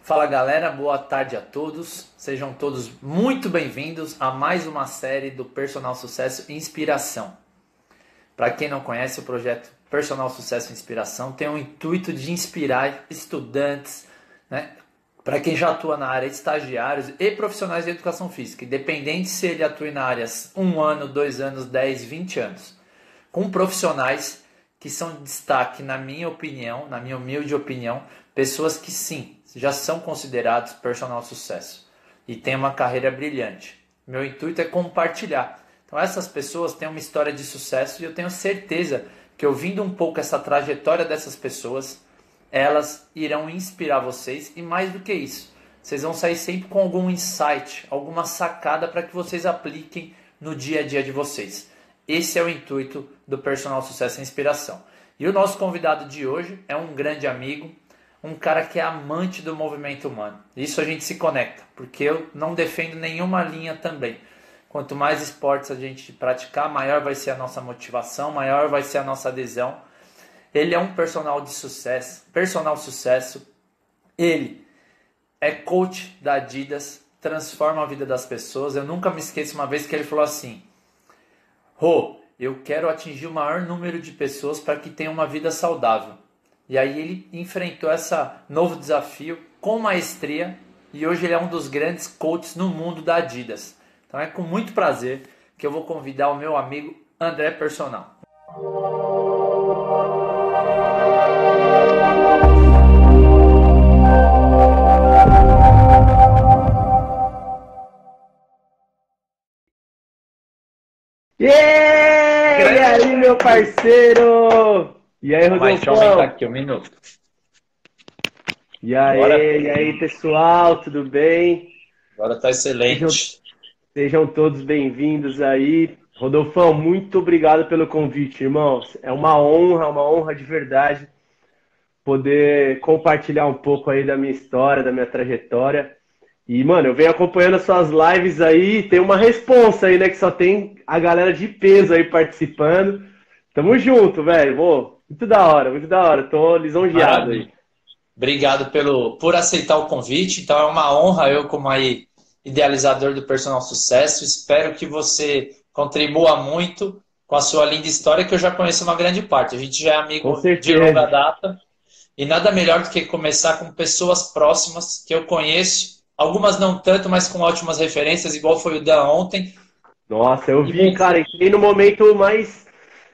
Fala galera, boa tarde a todos. Sejam todos muito bem-vindos a mais uma série do Personal Sucesso e Inspiração. Para quem não conhece, o projeto Personal Sucesso e Inspiração tem o intuito de inspirar estudantes, né? Para quem já atua na área, estagiários e profissionais de educação física, independente se ele atue na área 1 ano, 2 anos, 10, 20 anos, com profissionais que são de destaque, na minha opinião, na minha humilde opinião, pessoas que sim, já são considerados personal sucesso e têm uma carreira brilhante. Meu intuito é compartilhar. Então essas pessoas têm uma história de sucesso e eu tenho certeza que, ouvindo um pouco essa trajetória dessas pessoas, elas irão inspirar vocês, e mais do que isso, vocês vão sair sempre com algum insight, alguma sacada para que vocês apliquem no dia a dia de vocês. Esse é o intuito do Personal Sucesso e Inspiração. E o nosso convidado de hoje é um grande amigo, um cara que é amante do movimento humano. Isso a gente se conecta, porque eu não defendo nenhuma linha também. Quanto mais esportes a gente praticar, maior vai ser a nossa motivação, maior vai ser a nossa adesão. Ele é um personal sucesso. Ele é coach da Adidas, transforma a vida das pessoas. Eu nunca me esqueço uma vez que ele falou assim: Rô, eu quero atingir o maior número de pessoas para que tenham uma vida saudável. E aí ele enfrentou esse novo desafio com maestria e hoje ele é um dos grandes coaches no mundo da Adidas. Então é com muito prazer que eu vou convidar o meu amigo André Personal. E aí, meu parceiro? E aí, Rodolfo? Deixa eu aumentar aqui um minuto. E aí, pessoal, tudo bem? Agora tá excelente. Sejam todos bem-vindos aí. Rodolfão, muito obrigado pelo convite, irmãos. É uma honra de verdade poder compartilhar um pouco aí da minha história, da minha trajetória. E, mano, eu venho acompanhando as suas lives aí, tem uma responsa aí, né, que só tem a galera de peso aí participando. Tamo junto, velho. Muito da hora. Tô lisonjeado aí. Obrigado por aceitar o convite. Então é uma honra eu, como aí idealizador do Personal Sucesso, espero que você contribua muito com a sua linda história, que eu já conheço uma grande parte. A gente já é amigo de longa data e nada melhor do que começar com pessoas próximas que eu conheço, algumas não tanto, mas com ótimas referências, igual foi o Dan ontem. Nossa, eu vi, cara, entrei no momento mais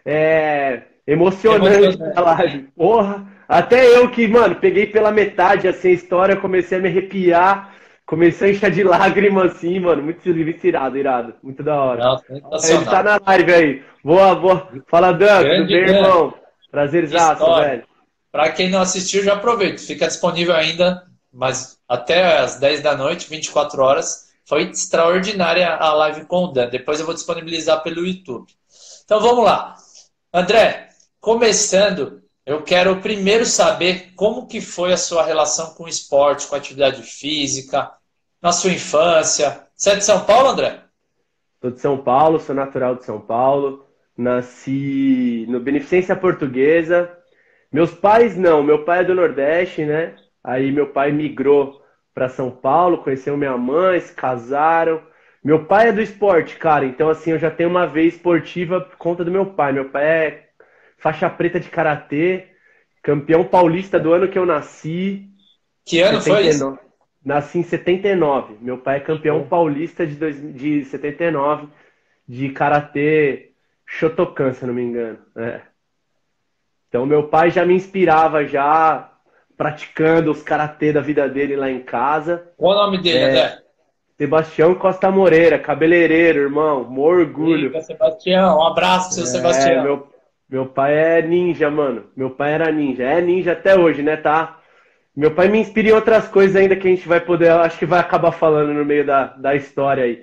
emocionante da live. Porra, até eu que, mano, peguei pela metade assim a história, comecei a me arrepiar, comecei a encher de lágrimas assim, mano, muito irado, muito da hora. Nossa, ele tá na live aí. Boa. Fala, Dan, tudo bem, irmão? Prazerzaço, velho. Pra quem não assistiu, já aproveita, fica disponível ainda, mas até às 10 da noite, 24 horas, foi extraordinária a live com o Dan. Depois eu vou disponibilizar pelo YouTube. Então vamos lá. André, começando, eu quero primeiro saber como que foi a sua relação com o esporte, com a atividade física, na sua infância. Você é de São Paulo, André? Sou de São Paulo, sou natural de São Paulo. Nasci no Beneficência Portuguesa. Meus pais não, meu pai é do Nordeste, né? Aí meu pai migrou para São Paulo, conheceu minha mãe, se casaram. Meu pai é do esporte, cara, então assim, eu já tenho uma veia esportiva por conta do meu pai. Meu pai é faixa preta de karatê, campeão paulista do ano que eu nasci. Que ano 79. Foi isso? Nasci em 79. Meu pai é campeão paulista de 79 de karatê Shotokan, se eu não me engano. Então meu pai já me inspirava já praticando os karatê da vida dele lá em casa. Qual o nome dele, André? Sebastião Costa Moreira, cabeleireiro, irmão, maior orgulho. Fica, Sebastião, um abraço, seu Sebastião. Meu pai é ninja, mano. Meu pai era ninja. É ninja até hoje, né, tá? Meu pai me inspira em outras coisas ainda que a gente vai poder, acho que vai acabar falando no meio da história aí.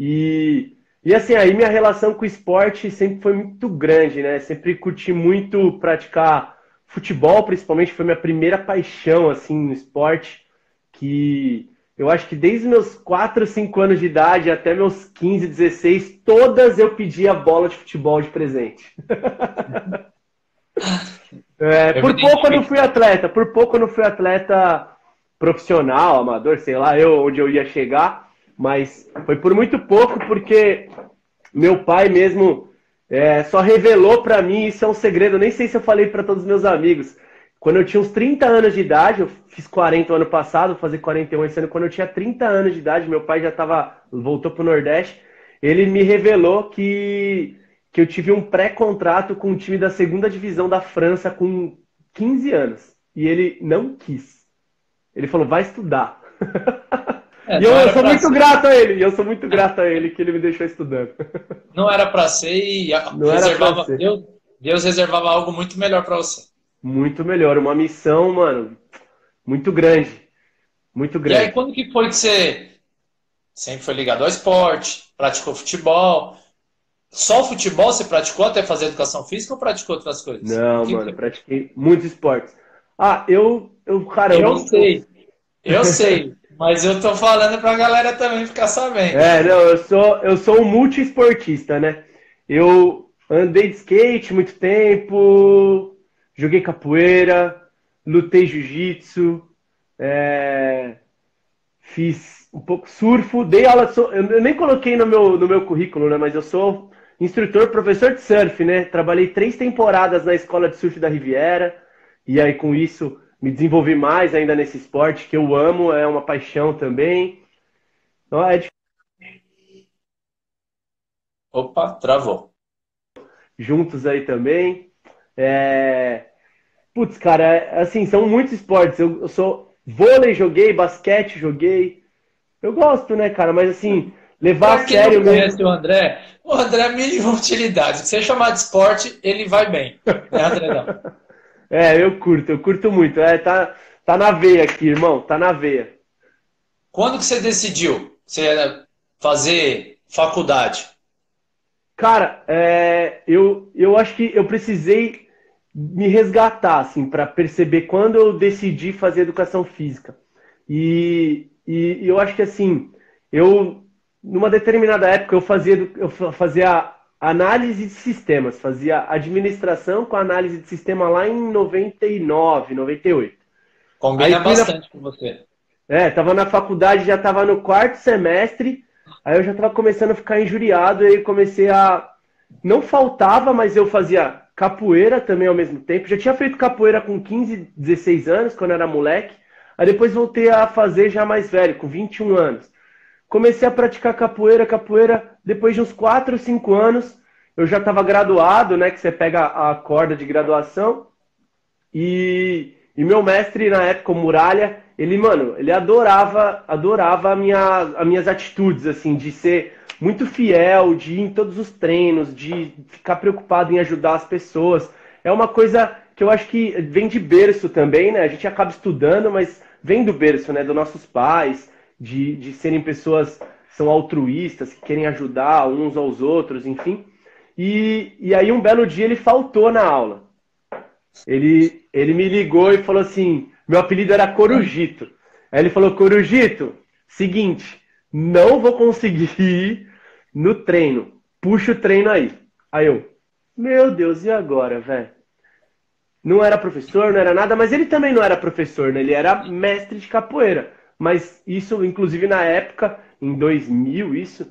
E assim, aí minha relação com o esporte sempre foi muito grande, né? Sempre curti muito praticar futebol, principalmente, foi minha primeira paixão, assim, no esporte, que eu acho que desde meus 4, 5 anos de idade até meus 15, 16, todas eu pedia bola de futebol de presente. Por pouco eu não fui atleta profissional, amador, sei lá, onde eu ia chegar, mas foi por muito pouco, porque meu pai mesmo só revelou pra mim, isso é um segredo, nem sei se eu falei pra todos os meus amigos. Quando eu tinha uns 30 anos de idade, eu fiz 40 ano passado, vou fazer 41 esse ano, quando eu tinha 30 anos de idade, meu pai voltou pro Nordeste, ele me revelou que eu tive um pré-contrato com um time da segunda divisão da França com 15 anos. E ele não quis. Ele falou, vai estudar. E eu sou muito grato a ele. E eu sou muito grato a ele que ele me deixou estudando. Não era para ser e Deus reservava algo muito melhor para você. Muito melhor. Uma missão, mano, muito grande. Muito grande. E aí, quando que foi que você sempre foi ligado ao esporte, praticou futebol? Só o futebol você praticou até fazer educação física ou praticou outras coisas? Não, mano, pratiquei muitos esportes. Cara, eu não sei. Eu sei, mas eu tô falando pra galera também ficar sabendo. Não, eu sou um multiesportista, né? Eu andei de skate muito tempo, joguei capoeira, lutei jiu-jitsu, fiz um pouco surfo, dei aula de eu nem coloquei no meu currículo, né? Mas eu sou instrutor, professor de surf, né? Trabalhei 3 temporadas na escola de surf da Riviera, e aí com isso me desenvolvi mais ainda nesse esporte que eu amo, é uma paixão também. Então, Opa, travou. Juntos aí também. Putz, cara, assim, são muitos esportes. Eu sou vôlei, joguei, basquete, joguei. Eu gosto, né, cara? Mas assim, levar a sério mesmo. O André é mínima utilidade. Se você chamar de esporte, ele vai bem. Não é, André, não? Eu curto muito. Tá na veia aqui, irmão, tá na veia. Quando que você decidiu fazer faculdade? Cara, eu acho que eu precisei me resgatar, assim, para perceber quando eu decidi fazer educação física. E eu acho que, assim, numa determinada época, eu fazia análise de sistemas, fazia administração com análise de sistema lá em 99, 98. Combina bastante com você. Tava na faculdade, já tava no 4º semestre, aí eu já tava começando a ficar injuriado, e aí comecei a... Não faltava, mas eu fazia capoeira também ao mesmo tempo. Já tinha feito capoeira com 15, 16 anos, quando era moleque. Aí depois voltei a fazer já mais velho, com 21 anos. Comecei a praticar capoeira, depois de uns 4, 5 anos, eu já estava graduado, né, que você pega a corda de graduação, e meu mestre na época, o Muralha, ele adorava as minhas atitudes, assim, de ser muito fiel, de ir em todos os treinos, de ficar preocupado em ajudar as pessoas. É uma coisa que eu acho que vem de berço também, né, a gente acaba estudando, mas vem do berço, né, dos nossos pais, de serem pessoas que são altruístas, que querem ajudar uns aos outros, enfim. E aí um belo dia ele faltou na aula. Ele me ligou e falou assim, meu apelido era Corujito. Aí ele falou, Corujito, seguinte, não vou conseguir ir no treino. Puxa o treino aí. Aí eu, meu Deus, e agora, velho? Não era professor, não era nada, mas ele também não era professor, né? Ele era mestre de capoeira. Mas isso, inclusive na época, em 2000,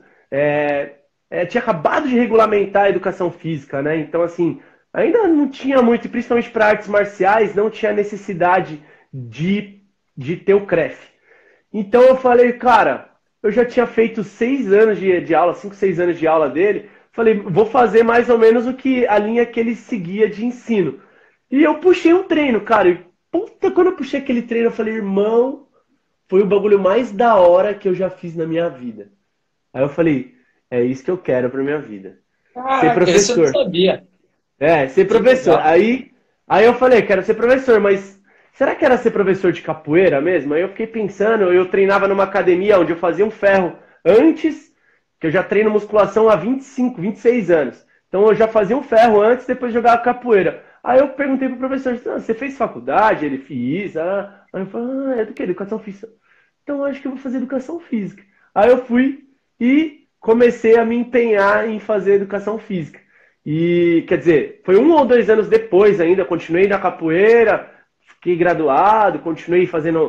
tinha acabado de regulamentar a educação física, né? Então, assim, ainda não tinha muito, principalmente para artes marciais, não tinha necessidade de ter o CREF. Então eu falei, cara, eu já tinha feito 6 anos de aula, 5, 6 anos de aula dele. Falei, vou fazer mais ou menos a linha que ele seguia de ensino. E eu puxei um treino, cara. E, puta, quando eu puxei aquele treino, eu falei, irmão, foi o bagulho mais da hora que eu já fiz na minha vida. Aí eu falei, é isso que eu quero pra minha vida. Ser professor. Isso eu não sabia. Ser professor. Aí eu falei, quero ser professor, mas será que era ser professor de capoeira mesmo? Aí eu fiquei pensando, eu treinava numa academia onde eu fazia um ferro antes, que eu já treino musculação há 25, 26 anos. Então eu já fazia um ferro antes, depois jogava capoeira. Aí eu perguntei pro professor, você fez faculdade? Ele fez. Aí eu falei, é do que? Educação física. Então eu acho que eu vou fazer educação física. Aí eu fui e comecei a me empenhar em fazer educação física. E, quer dizer, foi 1 ou 2 anos depois ainda, continuei na capoeira, fiquei graduado, continuei fazendo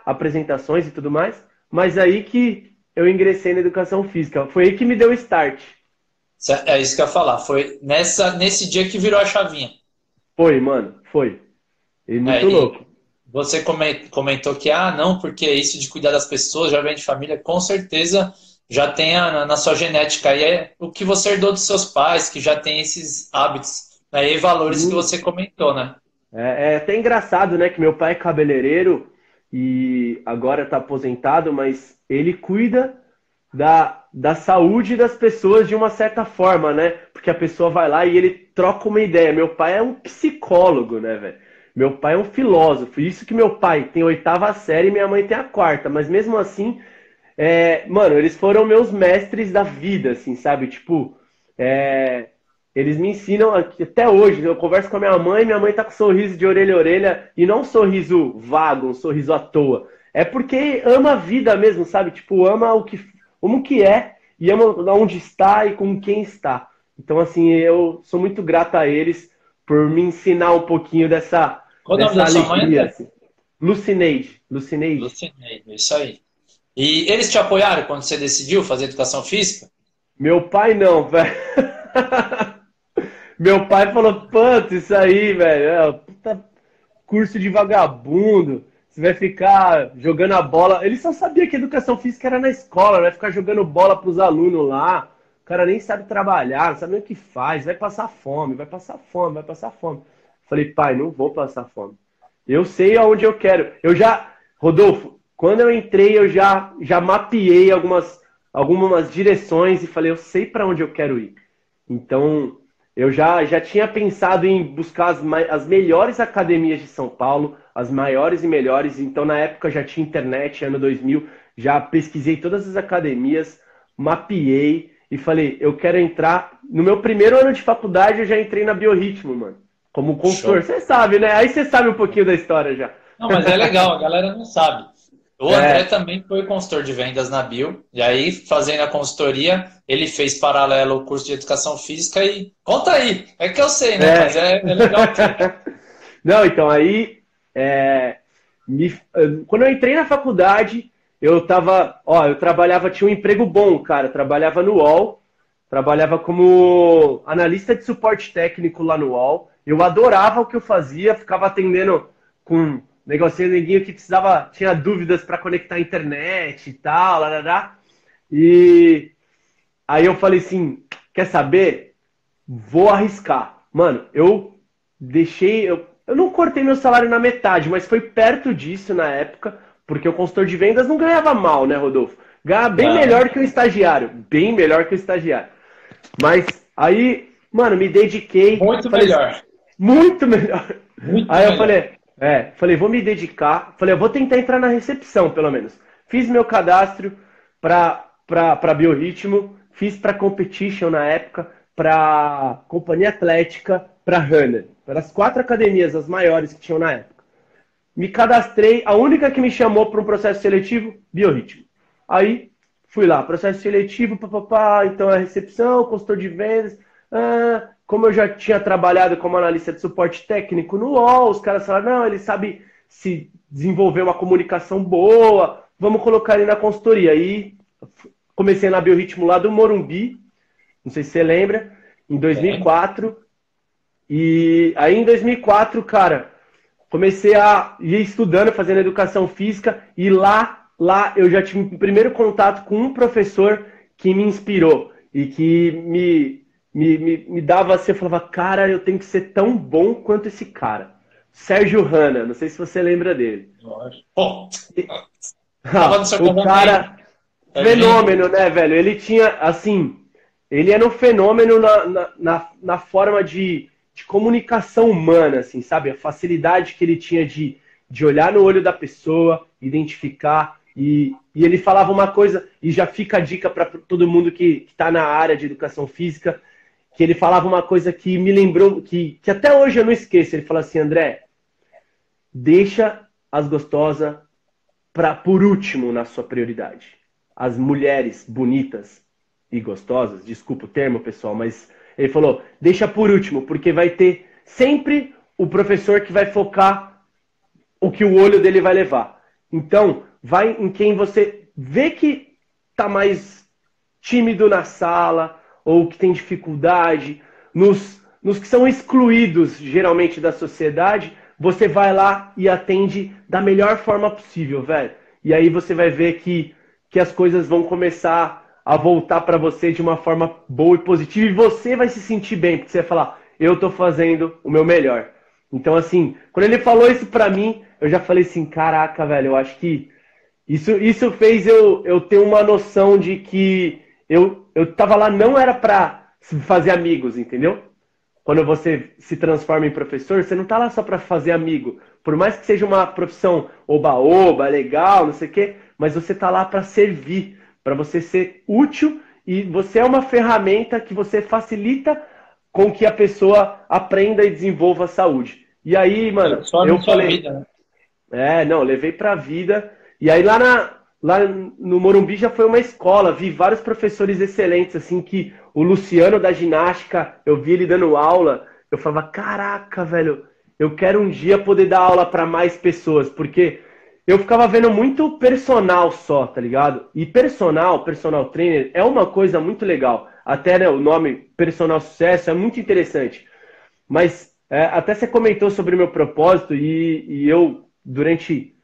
apresentações e tudo mais, mas aí que eu ingressei na educação física. Foi aí que me deu o start. É isso que eu ia falar. Foi nesse dia que virou a chavinha. Foi, mano, foi. E muito E louco. você comentou que, não, porque isso de cuidar das pessoas já vem de família, com certeza já tem na sua genética aí o que você herdou dos seus pais, que já tem esses hábitos, né, e valores que Sim. você comentou, né? É até engraçado, né, que meu pai é cabeleireiro e agora tá aposentado, mas ele cuida da saúde das pessoas de uma certa forma, né? Porque a pessoa vai lá e ele troca uma ideia. Meu pai é um psicólogo, né, velho? Meu pai é um filósofo. Isso que meu pai tem a 8ª série e minha mãe tem a 4ª. Mas mesmo assim, mano, eles foram meus mestres da vida, assim, sabe? Tipo, é, eles me ensinam até hoje. Eu converso com a minha mãe tá com sorriso de orelha a orelha, e não um sorriso vago, um sorriso à toa. É porque ama a vida mesmo, sabe? Tipo, ama o que é, e ama onde está e com quem está. Então, assim, eu sou muito grato a eles por me ensinar um pouquinho Qual o nome dessa da sua mãe, alegria, André? assim. Lucineide, Lucineide. Lucineide, isso aí. E eles te apoiaram quando você decidiu fazer educação física? Meu pai não, velho. Meu pai falou, pronto, isso aí, velho, puta curso de vagabundo. Você vai ficar jogando a bola. Ele só sabia que educação física era na escola, vai ficar jogando bola pros alunos lá. O cara nem sabe trabalhar, não sabe nem o que faz, vai passar fome, vai passar fome, vai passar fome. Falei, pai, não vou passar fome. Eu sei aonde eu quero. Rodolfo, quando eu entrei, eu já mapeei algumas direções e falei, eu sei para onde eu quero ir. Então, eu já tinha pensado em buscar as melhores academias de São Paulo, as maiores e melhores. Então, na época, já tinha internet, ano 2000, já pesquisei todas as academias, mapeei e falei, eu quero entrar. No meu primeiro ano de faculdade, eu já entrei na Biorritmo, mano, como consultor. Show. Você sabe, né? Aí você sabe um pouquinho da história já. Não, mas é legal, a galera não sabe. O André É, também foi consultor de vendas na Bio, e aí, fazendo a consultoria, ele fez paralelo o curso de educação física e conta aí, é que eu sei, né? Mas é. é legal ter. Não, então aí, é, quando eu entrei na faculdade, eu trabalhava, tinha um emprego bom, cara, eu trabalhava no UOL, trabalhava como analista de suporte técnico lá no UOL, eu adorava o que eu fazia, ficava atendendo com negocinho neguinho que tinha dúvidas para conectar a internet e tal, lá, lá, lá. E aí eu falei assim, quer saber? Vou arriscar. Mano, eu não cortei meu salário na metade, mas foi perto disso na época, porque o consultor de vendas não ganhava mal, né, Rodolfo? Ganhava bem Não, melhor que o estagiário. Bem melhor que o estagiário. Mas aí, mano, me dediquei. muito Falei, melhor. muito melhor. Muito Aí eu melhor. falei, vou me dedicar. Falei, eu vou tentar entrar na recepção, pelo menos. Fiz meu cadastro para Biorritmo, fiz para Competition na época, para Companhia Atlética, para Runner. Para as 4 academias, as maiores que tinham na época. Me cadastrei, a única que me chamou para um processo seletivo, Biorritmo. Aí, fui lá, processo seletivo, papapá, então a recepção, consultor de vendas. Como eu já tinha trabalhado como analista de suporte técnico no UOL, os caras falaram, não, ele sabe se desenvolver uma comunicação boa, vamos colocar ele na consultoria. Aí, comecei na Biorritmo lá do Morumbi, não sei se você lembra, em 2004. E aí em 2004, cara, comecei a ir estudando, fazendo educação física, e lá eu já tive o primeiro contato com um professor que me inspirou e que me dava assim, eu falava, cara, eu tenho que ser tão bom quanto esse cara. Sérgio Hanna, não sei se você lembra dele. Pô, tava no seu O casamento. cara, É lindo. fenômeno, né, velho? Ele tinha, assim, ele era um fenômeno na forma de comunicação humana, assim, sabe? A facilidade que ele tinha de olhar no olho da pessoa, identificar, e ele falava uma coisa, e já fica a dica para todo mundo que está na área de educação física, que ele falava uma coisa que me lembrou, que até hoje eu não esqueço. Ele fala assim, André, deixa as gostosas por último na sua prioridade. As mulheres bonitas e gostosas, desculpa o termo, pessoal, mas ele falou, deixa por último, porque vai ter sempre o professor que vai focar o que o olho dele vai levar. Então, vai em quem você vê que tá mais tímido na sala, ou que tem dificuldade, nos que são excluídos, geralmente, da sociedade, você vai lá e atende da melhor forma possível, velho. E aí você vai ver que as coisas vão começar a voltar para você de uma forma boa e positiva, e você vai se sentir bem, porque você vai falar, eu tô fazendo o meu melhor. Então, assim, quando ele falou isso pra mim, eu já falei assim, caraca, velho, eu acho que isso fez eu ter uma noção de que eu tava lá, não era pra fazer amigos, entendeu? Quando você se transforma em professor, você não tá lá só para fazer amigo. Por mais que seja uma profissão oba-oba, legal, não sei o quê, mas você tá lá para servir, para você ser útil, e você é uma ferramenta que você facilita com que a pessoa aprenda e desenvolva a saúde. E aí, mano, eu falei, vida, né? não, levei pra vida. E aí lá no Morumbi já foi uma escola, vi vários professores excelentes, assim, que o Luciano da ginástica, eu vi ele dando aula, eu falava, caraca, velho, eu quero um dia poder dar aula para mais pessoas, porque eu ficava vendo muito personal só, tá ligado? E personal trainer, é uma coisa muito legal. Até, né, o nome personal sucesso é muito interessante. Mas até você comentou sobre o meu propósito e eu, durante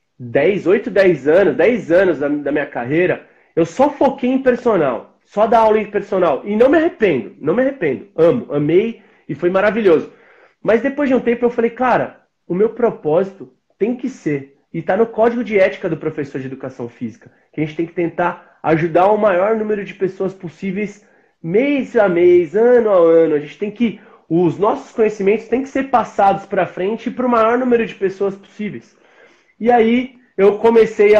10 anos da minha carreira, eu só foquei em personal, só dar aula em personal. E não me arrependo, não me arrependo. Amei e foi maravilhoso. Mas depois de um tempo eu falei, cara, o meu propósito tem que ser, e está no código de ética do professor de educação física, que a gente tem que tentar ajudar o maior número de pessoas possíveis, mês a mês, ano a ano. A gente tem que, os nossos conhecimentos têm que ser passados para frente para o maior número de pessoas possíveis. E aí eu comecei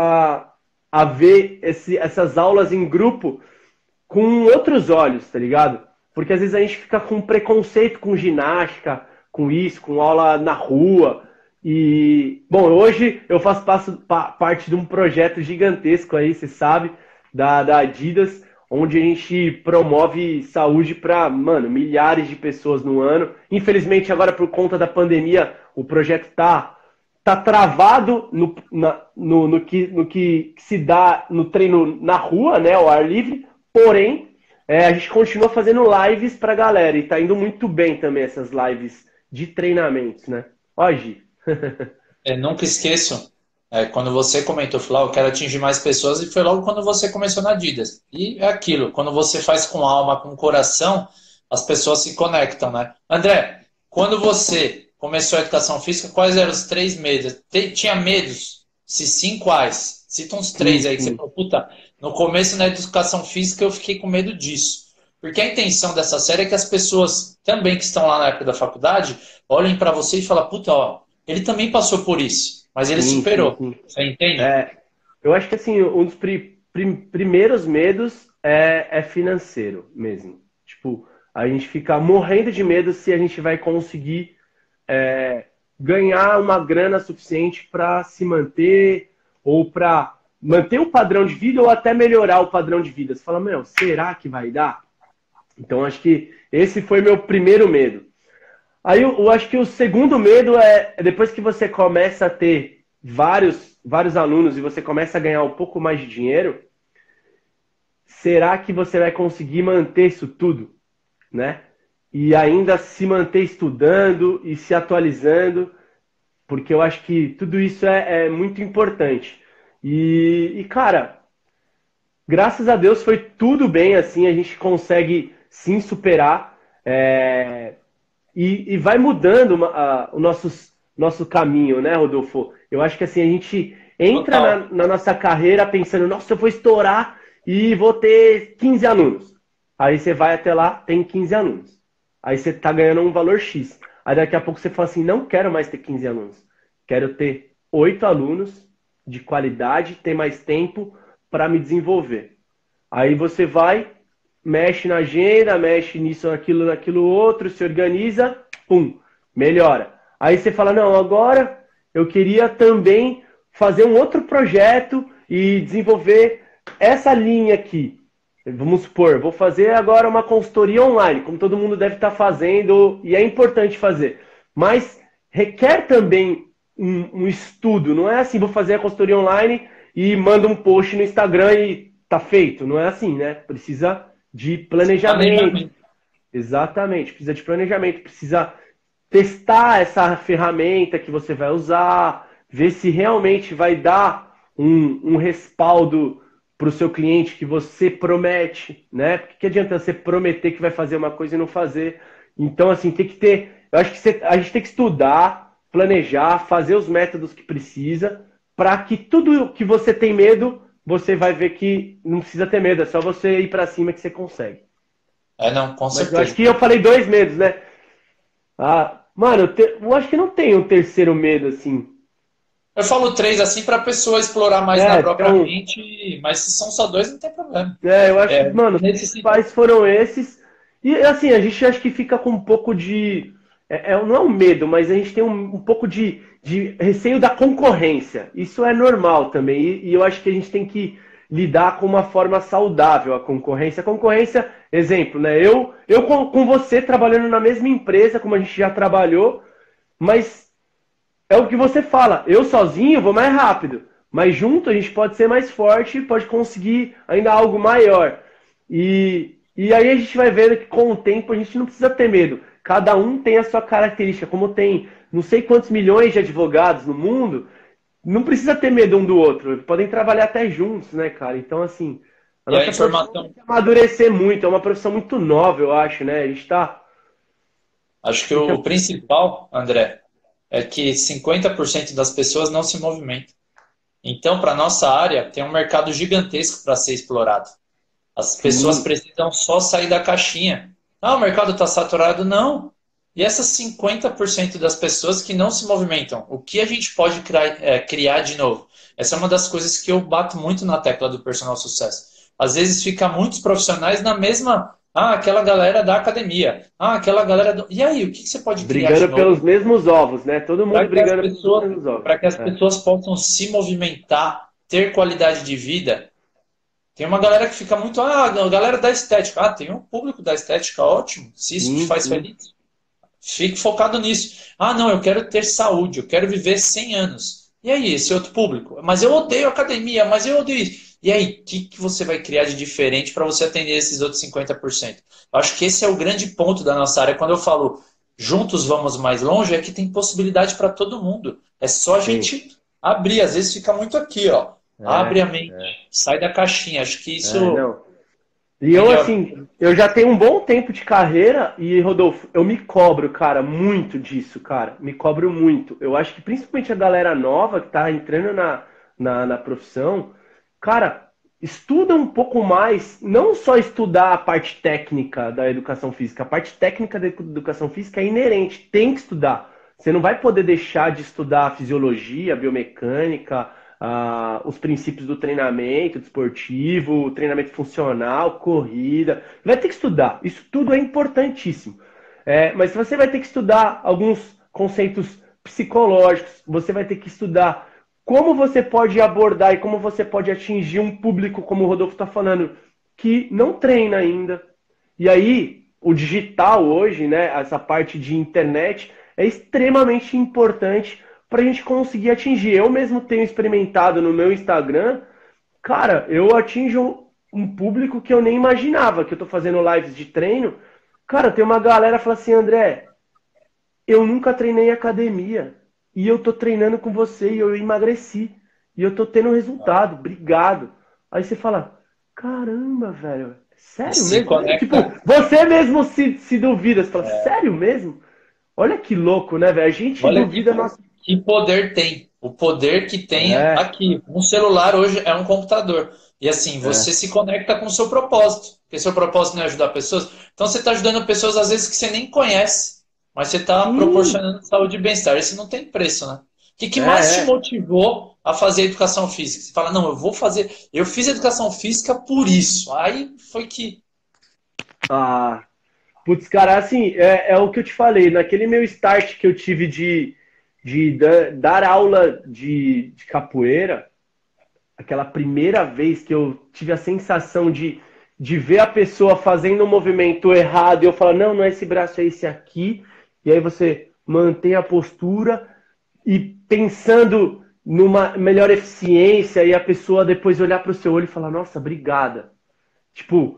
a ver essas aulas em grupo com outros olhos, tá ligado? Porque às vezes a gente fica com preconceito com ginástica, com isso, com aula na rua. E, bom, hoje eu faço parte de um projeto gigantesco aí, você sabe, da Adidas, onde a gente promove saúde para, mano, milhares de pessoas no ano. Infelizmente, agora por conta da pandemia, o projeto tá travado no que se dá no treino na rua, né, ao ar livre. Porém, a gente continua fazendo lives pra galera e tá indo muito bem também essas lives de treinamentos, né? Ó, Gi. Nunca esqueço, quando você comentou, falou, eu quero atingir mais pessoas, e foi logo quando você começou na Adidas. E é aquilo, quando você faz com alma, com coração, as pessoas se conectam, né? André, quando você começou a educação física, quais eram os 3 medos? Tinha medos? Se sim, quais? Cita uns 3 aí que você falou, puta, no começo na educação física eu fiquei com medo disso. Porque a intenção dessa série é que as pessoas também que estão lá na época da faculdade olhem para você e falem, puta, ó, ele também passou por isso, mas ele superou. Sim. Você entende? Eu acho que assim, um dos primeiros medos é financeiro mesmo. Tipo, a gente fica morrendo de medo se a gente vai conseguir ganhar uma grana suficiente para se manter, ou para manter o padrão de vida, ou até melhorar o padrão de vida. Você fala, meu, será que vai dar? Então, acho que esse foi meu primeiro medo. Aí, eu acho que o segundo medo é depois que você começa a ter vários alunos e você começa a ganhar um pouco mais de dinheiro, será que você vai conseguir manter isso tudo, né? E ainda se manter estudando e se atualizando, porque eu acho que tudo isso é muito importante. E, cara, graças a Deus foi tudo bem, assim, a gente consegue sim superar, e vai mudando o nosso caminho, né, Rodolfo? Eu acho que assim, a gente entra na nossa carreira pensando, nossa, eu vou estourar e vou ter 15 alunos. Aí você vai até lá, tem 15 alunos. Aí você tá ganhando um valor X. Aí daqui a pouco você fala assim, não quero mais ter 15 alunos. Quero ter 8 alunos de qualidade, ter mais tempo para me desenvolver. Aí você vai, mexe na agenda, mexe nisso, naquilo outro, se organiza, pum, melhora. Aí você fala, não, agora eu queria também fazer um outro projeto e desenvolver essa linha aqui. Vamos supor, vou fazer agora uma consultoria online, como todo mundo deve estar fazendo, e é importante fazer. Mas requer também um estudo. Não é assim, vou fazer a consultoria online e mando um post no Instagram e tá feito. Não é assim, né? Precisa de planejamento. Exatamente, precisa de planejamento, precisa testar essa ferramenta que você vai usar, ver se realmente vai dar um respaldo para o seu cliente que você promete, né? Porque que adianta você prometer que vai fazer uma coisa e não fazer? Então, assim, tem que ter. Eu acho que a gente tem que estudar, planejar, fazer os métodos que precisa, para que tudo que você tem medo, você vai ver que não precisa ter medo, é só você ir para cima que você consegue. Não, com Mas certeza. eu acho que eu falei 2 medos, né? Mano, eu acho que não tem um terceiro medo, assim. Eu falo 3 assim para a pessoa explorar mais na própria mente, mas se são só 2, não tem problema. Eu acho que, mano, os principais foram esses. E, assim, a gente acho que fica com um pouco de... não é um medo, mas a gente tem um pouco de receio da concorrência. Isso é normal também. E eu acho que a gente tem que lidar com uma forma saudável a concorrência. A concorrência, exemplo, né? Eu com você trabalhando na mesma empresa, como a gente já trabalhou, mas é o que você fala. Eu sozinho vou mais rápido, mas junto a gente pode ser mais forte e pode conseguir ainda algo maior. E aí a gente vai vendo que com o tempo a gente não precisa ter medo. Cada um tem a sua característica. Como tem não sei quantos milhões de advogados no mundo, não precisa ter medo um do outro. Podem trabalhar até juntos, né, cara? Então, assim, a nossa profissão tem que amadurecer muito. É uma profissão muito nova, eu acho, né? A gente tá... Acho que o principal, André, é que 50% das pessoas não se movimentam. Então, para a nossa área, tem um mercado gigantesco para ser explorado. As pessoas precisam só sair da caixinha. O mercado está saturado? Não. E essas 50% das pessoas que não se movimentam, o que a gente pode criar de novo? Essa é uma das coisas que eu bato muito na tecla do personal sucesso. Às vezes fica muitos profissionais na mesma... aquela galera da academia. Aquela galera do... E aí, o que você pode criar de novo? Brigando pelos mesmos ovos, né? Todo mundo brigando pelos mesmos ovos. Para que as pessoas possam se movimentar, ter qualidade de vida. Tem uma galera que fica muito... a galera da estética. Tem um público da estética ótimo. Se isso te faz feliz, fique focado nisso. Não, eu quero ter saúde, eu quero viver 100 anos. E aí, esse outro público? Mas eu odeio academia, mas eu odeio isso. E aí, o que você vai criar de diferente para você atender esses outros 50%? Eu acho que esse é o grande ponto da nossa área. Quando eu falo juntos vamos mais longe, é que tem possibilidade para todo mundo. É só a gente abrir. Às vezes fica muito aqui, ó. Abre a mente, sai da caixinha. Acho que isso... E eu, assim, eu já tenho um bom tempo de carreira e, Rodolfo, eu me cobro, cara, muito disso, cara. Me cobro muito. Eu acho que principalmente a galera nova que tá entrando na profissão, cara, estuda um pouco mais, não só estudar a parte técnica da educação física. A parte técnica da educação física é inerente, tem que estudar. Você não vai poder deixar de estudar a fisiologia, a biomecânica, os princípios do treinamento desportivo, o treinamento funcional, corrida. Vai ter que estudar. Isso tudo é importantíssimo. Mas você vai ter que estudar alguns conceitos psicológicos. Você vai ter que estudar como você pode abordar e como você pode atingir um público, como o Rodolfo está falando, que não treina ainda. E aí, o digital hoje, né, essa parte de internet, é extremamente importante para a gente conseguir atingir. Eu mesmo tenho experimentado no meu Instagram, cara, eu atinjo um público que eu nem imaginava, que eu tô fazendo lives de treino. Cara, tem uma galera que fala assim, André, eu nunca treinei em academia e eu tô treinando com você e eu emagreci e eu tô tendo resultado, obrigado. Aí você fala, caramba, velho, sério mesmo? Conecta. Tipo, você mesmo se duvida, você fala, sério mesmo? Olha que louco, né, velho? A gente duvida nossa... Que poder tem. O poder que tem aqui. Um celular hoje é um computador. E assim, você se conecta com o seu propósito. Porque seu propósito não é ajudar pessoas. Então você está ajudando pessoas, às vezes, que você nem conhece. Mas você está proporcionando saúde e bem-estar. Isso não tem preço, né? O que mais te motivou a fazer educação física? Você fala, não, eu vou fazer... Eu fiz educação física por isso. Aí foi que... Putz, cara, assim, é o que eu te falei. Naquele meu start que eu tive de dar aula de capoeira, aquela primeira vez que eu tive a sensação de ver a pessoa fazendo um movimento errado e eu falar, não é esse braço, é esse aqui. E aí você mantém a postura. e pensando numa melhor eficiência e a pessoa depois olhar para o seu olho e falar, nossa, obrigada. Tipo,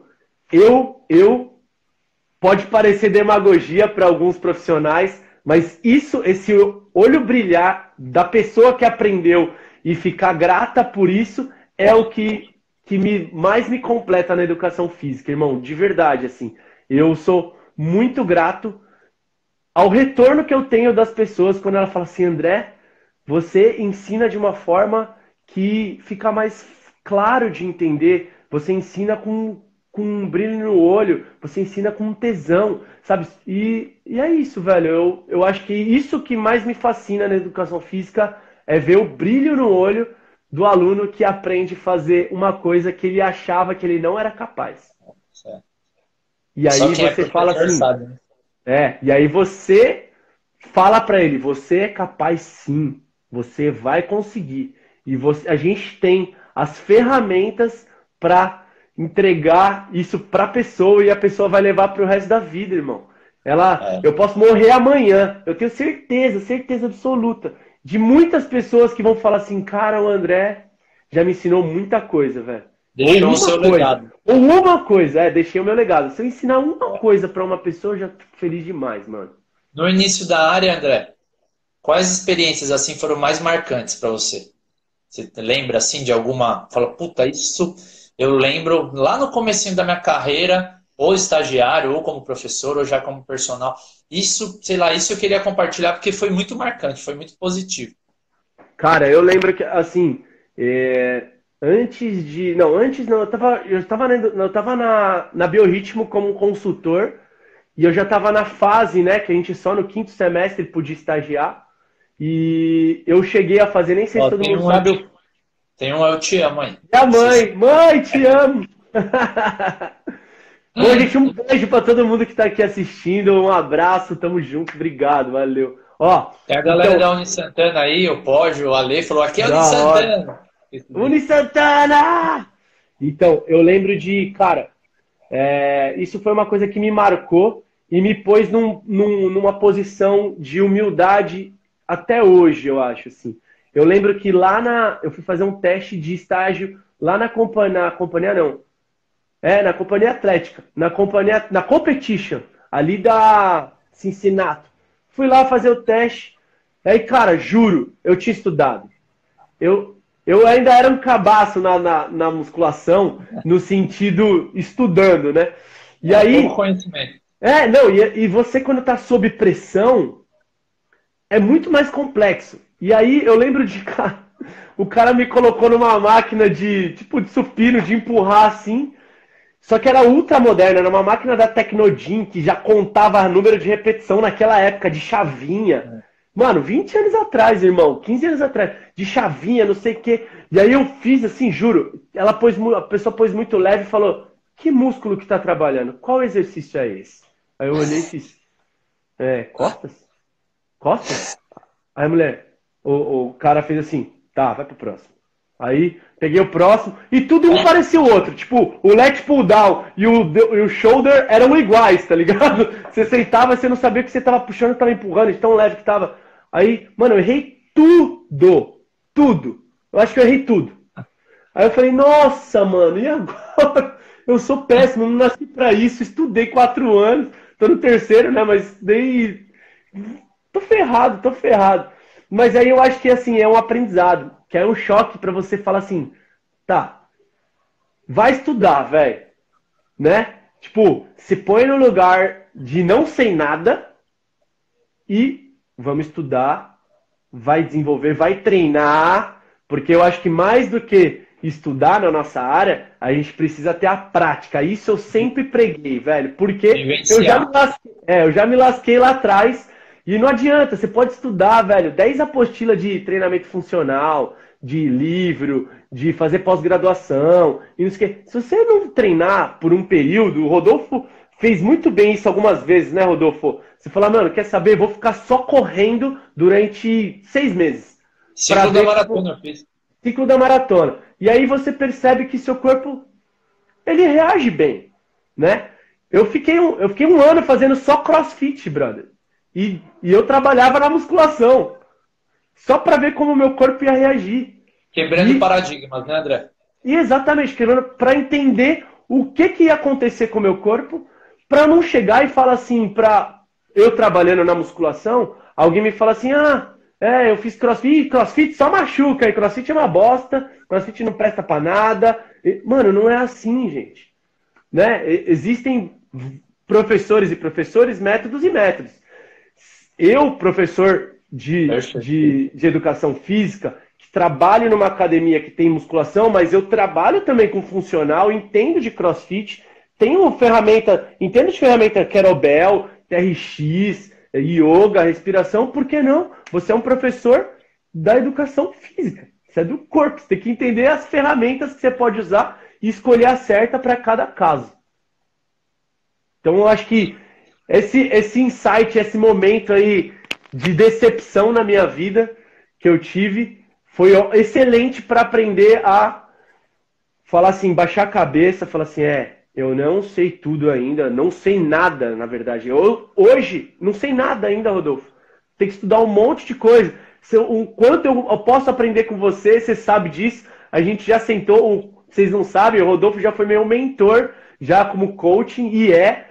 pode parecer demagogia para alguns profissionais, mas esse olho brilhar da pessoa que aprendeu e ficar grata por isso é o que mais me completa na educação física, irmão, de verdade, assim. Eu sou muito grato ao retorno que eu tenho das pessoas quando ela fala assim, André, você ensina de uma forma que fica mais claro de entender, você ensina com um brilho no olho, você ensina com um tesão, sabe? E é isso, velho. Eu acho que isso que mais me fascina na educação física é ver o brilho no olho do aluno que aprende a fazer uma coisa que ele achava que ele não era capaz. Certo. E aí você fala assim, sabe, né? E aí você fala para ele, você é capaz sim, você vai conseguir. E a gente tem as ferramentas para entregar isso para a pessoa e a pessoa vai levar para o resto da vida, irmão. Eu posso morrer amanhã, eu tenho certeza absoluta de muitas pessoas que vão falar assim, cara, o André já me ensinou muita coisa, velho. Deixou o seu legado. Ou uma coisa, deixei o meu legado. Se eu ensinar uma coisa para uma pessoa, eu já fico feliz demais, mano. No início da área, André, quais experiências assim foram mais marcantes para você? Você lembra assim de alguma? Fala, puta, isso eu lembro lá no comecinho da minha carreira, ou estagiário, ou como professor, ou já como personal. Isso, sei lá, isso eu queria compartilhar porque foi muito marcante, foi muito positivo. Cara, eu lembro que, assim, eu tava na Biorritmo como consultor e eu já tava na fase, né, que a gente só no 5º semestre podia estagiar e eu cheguei a fazer, nem sei se todo mundo sabe... Tem um eu te amo aí. Minha mãe, te amo! Bom, gente, um beijo pra todo mundo que tá aqui assistindo, um abraço, tamo junto, obrigado, valeu. Ó, tem a galera da Uni Santana aí, o Pógio, o Ale falou, aqui é a Uni Santana. Uni Santana! Então, eu lembro de, cara, isso foi uma coisa que me marcou e me pôs numa posição de humildade até hoje, eu acho, assim. Eu lembro que eu fui fazer um teste de estágio lá na companhia atlética, na competition, ali da Cincinnati. Fui lá fazer o teste, aí, cara, juro, eu tinha estudado. Eu ainda era um cabaço na musculação, no sentido estudando, né? E aí... conhecimento. E você quando tá sob pressão, é muito mais complexo. E aí eu lembro de, cara, o cara me colocou numa máquina de supino, de empurrar assim, só que era ultra moderna, era uma máquina da Tecnogym, que já contava número de repetição naquela época, de chavinha. Mano, 20 anos atrás, irmão, 15 anos atrás, de chavinha, não sei o quê. E aí eu fiz assim, juro, a pessoa pôs muito leve e falou, que músculo que tá trabalhando? Qual exercício é esse? Aí eu olhei e fiz, costas? Costas? Aí a mulher, o cara fez assim, tá, vai pro próximo. Aí peguei o próximo e tudo um parecia o outro. Tipo, o lat pull down e o shoulder eram iguais, tá ligado? Você sentava e você não sabia que você tava puxando, tava empurrando, de tão leve que tava. Aí, mano, eu errei tudo. Tudo. Eu acho que eu errei tudo. Aí eu falei, nossa, mano, e agora? Eu sou péssimo, não nasci pra isso, estudei 4 anos, tô no 3º, né? Mas tô ferrado. Mas aí eu acho que, assim, é um aprendizado, que é um choque pra você falar assim, tá, vai estudar, velho, né? Tipo, se põe no lugar de não sei nada e vamos estudar, vai desenvolver, vai treinar, porque eu acho que mais do que estudar na nossa área, a gente precisa ter a prática. Isso eu sempre preguei, velho, porque eu já me lasquei lá atrás. E não adianta, você pode estudar, velho, 10 apostilas de treinamento funcional, de livro, de fazer pós-graduação, e não sei o quê. Se você não treinar por um período, o Rodolfo fez muito bem isso algumas vezes, né, Rodolfo? Você fala, mano, quer saber? Vou ficar só correndo durante 6 meses. Ciclo da maratona, eu fiz. Ciclo da maratona. E aí você percebe que seu corpo, ele reage bem, né? Eu fiquei um ano fazendo só crossfit, brother. E eu trabalhava na musculação. só para ver como o meu corpo ia reagir. Quebrando paradigmas, né, André? E exatamente, para entender o que ia acontecer com o meu corpo, para não chegar e falar assim, para eu trabalhando na musculação, alguém me fala assim, eu fiz crossfit, crossfit só machuca, e crossfit é uma bosta, crossfit não presta para nada. Mano, não é assim, gente. Né? Existem professores e professores, métodos e métodos. Eu, professor de educação física, que trabalho numa academia que tem musculação, mas eu trabalho também com funcional, entendo de crossfit, entendo de ferramenta kettlebell, TRX, yoga, respiração, por que não? Você é um professor da educação física, você é do corpo, você tem que entender as ferramentas que você pode usar e escolher a certa para cada caso. Então eu acho que esse insight, esse momento aí de decepção na minha vida que eu tive foi excelente para aprender a falar assim, baixar a cabeça, falar assim, eu não sei tudo ainda, não sei nada, na verdade. Eu hoje não sei nada ainda, Rodolfo. Tem que estudar um monte de coisa. O quanto eu posso aprender com você, você sabe disso. A gente já sentou, vocês não sabem, o Rodolfo já foi meu mentor, já como coaching, e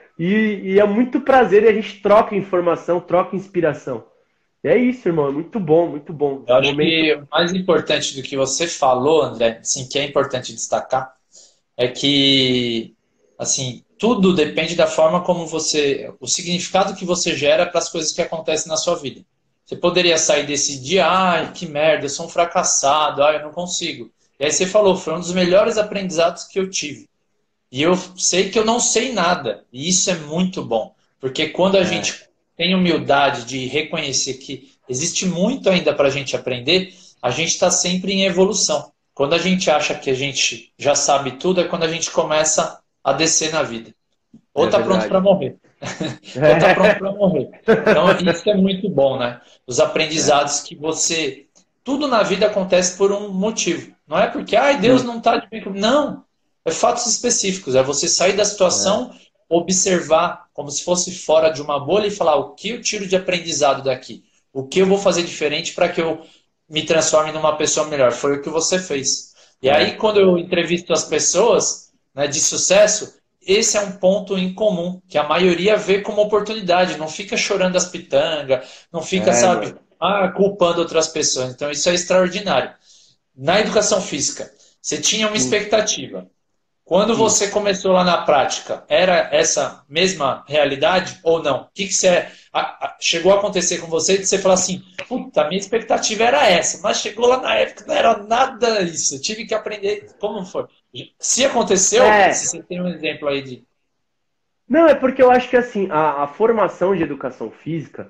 é muito prazer, e a gente troca informação, troca inspiração. É isso, irmão, é muito bom, muito bom. Eu acho que o mais importante do que você falou, André, assim, que é importante destacar, é que, assim, tudo depende da forma como o significado que você gera para as coisas que acontecem na sua vida. Você poderia sair desse dia, que merda, eu sou um fracassado, eu não consigo. E aí você falou, foi um dos melhores aprendizados que eu tive. E eu sei que eu não sei nada. E isso é muito bom. Porque quando a gente tem humildade de reconhecer que existe muito ainda para a gente aprender, a gente está sempre em evolução. Quando a gente acha que a gente já sabe tudo, é quando a gente começa a descer na vida. Ou está pronto para morrer. Ou está pronto para morrer. Então, isso é muito bom, né? Os aprendizados que você... Tudo na vida acontece por um motivo. Não é porque, Deus não está de bem comigo. Não. É fatos específicos. É você sair da situação, observar como se fosse fora de uma bolha e falar o que eu tiro de aprendizado daqui? O que eu vou fazer diferente para que eu me transforme numa pessoa melhor? Foi o que você fez. E aí, quando eu entrevisto as pessoas, né, de sucesso, esse é um ponto em comum, que a maioria vê como oportunidade. Não fica chorando as pitangas, não fica, culpando outras pessoas. Então, isso é extraordinário. Na educação física, você tinha uma expectativa. Quando você começou lá na prática, era essa mesma realidade ou não? O que você chegou a acontecer com você de você falar assim, puta, a minha expectativa era essa, mas chegou lá na época não era nada isso, eu tive que aprender como foi. Se aconteceu, se você tem um exemplo aí de... Não, é porque eu acho que assim, a formação de educação física,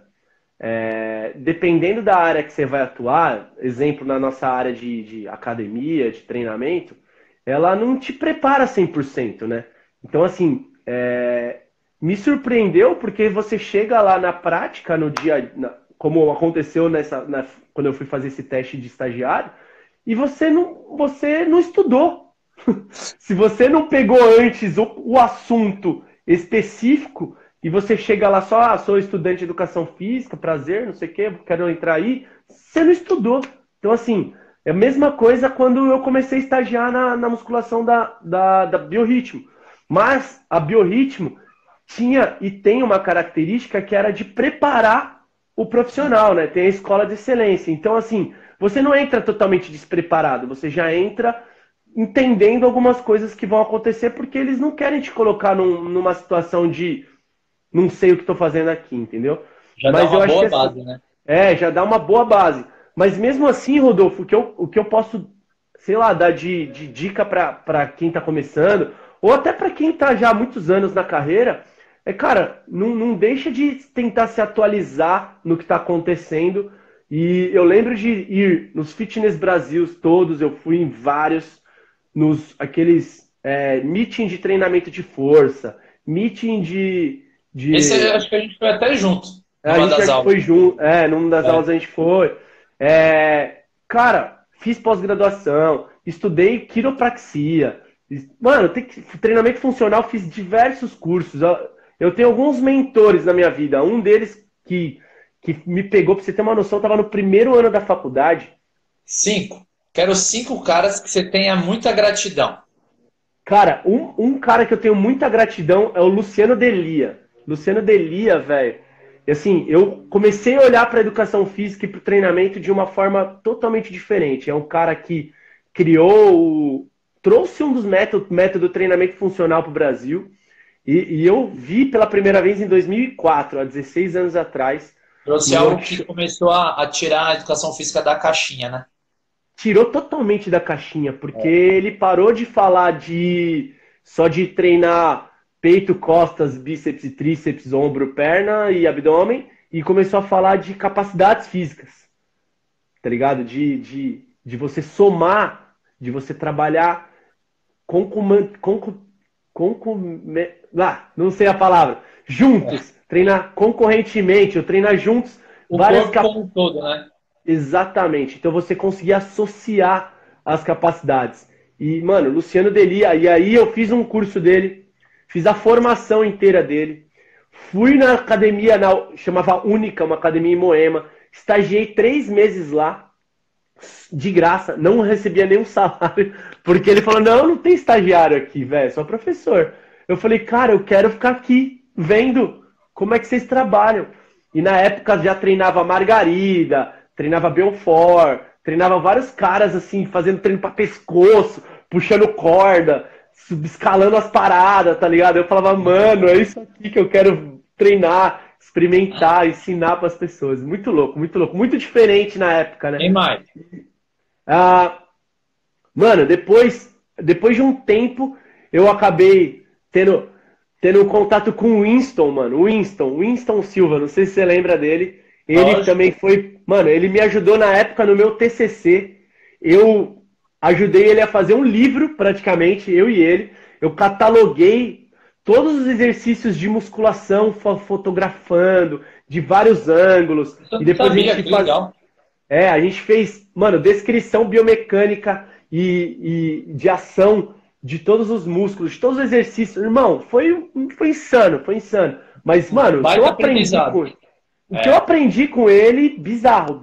dependendo da área que você vai atuar, exemplo na nossa área de academia, de treinamento, ela não te prepara 100%, né? Então, assim, me surpreendeu porque você chega lá na prática, no dia, como aconteceu quando eu fui fazer esse teste de estagiário, e você não estudou. Se você não pegou antes o assunto específico, e você chega lá só, sou estudante de educação física, prazer, não sei o quê, quero entrar aí, você não estudou. Então, assim... É a mesma coisa quando eu comecei a estagiar na musculação da Biorritmo. Mas a Biorritmo tinha e tem uma característica que era de preparar o profissional, né? Tem a escola de excelência. Então, assim, você não entra totalmente despreparado, você já entra entendendo algumas coisas que vão acontecer porque eles não querem te colocar numa situação de não sei o que estou fazendo aqui, entendeu? Já dá uma boa base, né? Já dá uma boa base. Mas mesmo assim, Rodolfo, o que eu posso, sei lá, dar de dica para quem está começando, ou até para quem está já há muitos anos na carreira, cara, não deixa de tentar se atualizar no que está acontecendo. E eu lembro de ir nos Fitness Brasil todos, eu fui em vários, aqueles meeting de treinamento de força, meeting de... Esse acho que a gente foi até junto. A gente já foi junto, numa das aulas a gente foi. Cara, fiz pós-graduação, estudei quiropraxia. Mano, treinamento funcional, fiz diversos cursos. Eu tenho alguns mentores na minha vida. Um deles que que me pegou, pra você ter uma noção, eu tava no primeiro ano da faculdade. 5. Quero 5 caras que você tenha muita gratidão. Cara, um cara que eu tenho muita gratidão é o Luciano Delia. Luciano Delia, velho. E assim, eu comecei a olhar para a educação física e para o treinamento de uma forma totalmente diferente. É um cara que trouxe um dos métodos treinamento funcional para o Brasil. E eu vi pela primeira vez em 2004, há 16 anos atrás. Trouxe algo que começou a tirar a educação física da caixinha, né? Tirou totalmente da caixinha, porque ele parou de falar só de treinar peito, costas, bíceps e tríceps, ombro, perna e abdômen, e começou a falar de capacidades físicas, tá ligado? De você somar, de você trabalhar não sei a palavra, juntos, treinar concorrentemente, ou treinar juntos o corpo como um todo, né? Exatamente. Então você conseguir associar as capacidades. E, mano, Luciano Delia, e aí eu fiz um curso dele, fiz a formação inteira dele, fui na academia, chamava Única, uma academia em Moema, estagiei 3 meses lá, de graça, não recebia nenhum salário, porque ele falou, não tem estagiário aqui, velho, só professor. Eu falei, cara, eu quero ficar aqui, vendo como é que vocês trabalham. E na época já treinava Margarida, treinava Belfort, treinava vários caras assim, fazendo treino pra pescoço, puxando corda, escalando as paradas, tá ligado? Eu falava, mano, é isso aqui que eu quero treinar, experimentar, ensinar pras pessoas. Muito louco, muito louco. Muito diferente na época, né? Quem mais? Mano, depois de um tempo, eu acabei tendo um contato com o Winston, mano. Winston Silva, não sei se você lembra dele. Ele também foi... Mano, ele me ajudou na época no meu TCC. Eu ajudei ele a fazer um livro, praticamente, eu e ele. Eu cataloguei todos os exercícios de musculação, fotografando, de vários ângulos. E depois a gente fez, mano, descrição biomecânica e de ação de todos os músculos, de todos os exercícios. Irmão, foi insano, foi insano. Mas, mano, o que eu aprendi com ele, bizarro.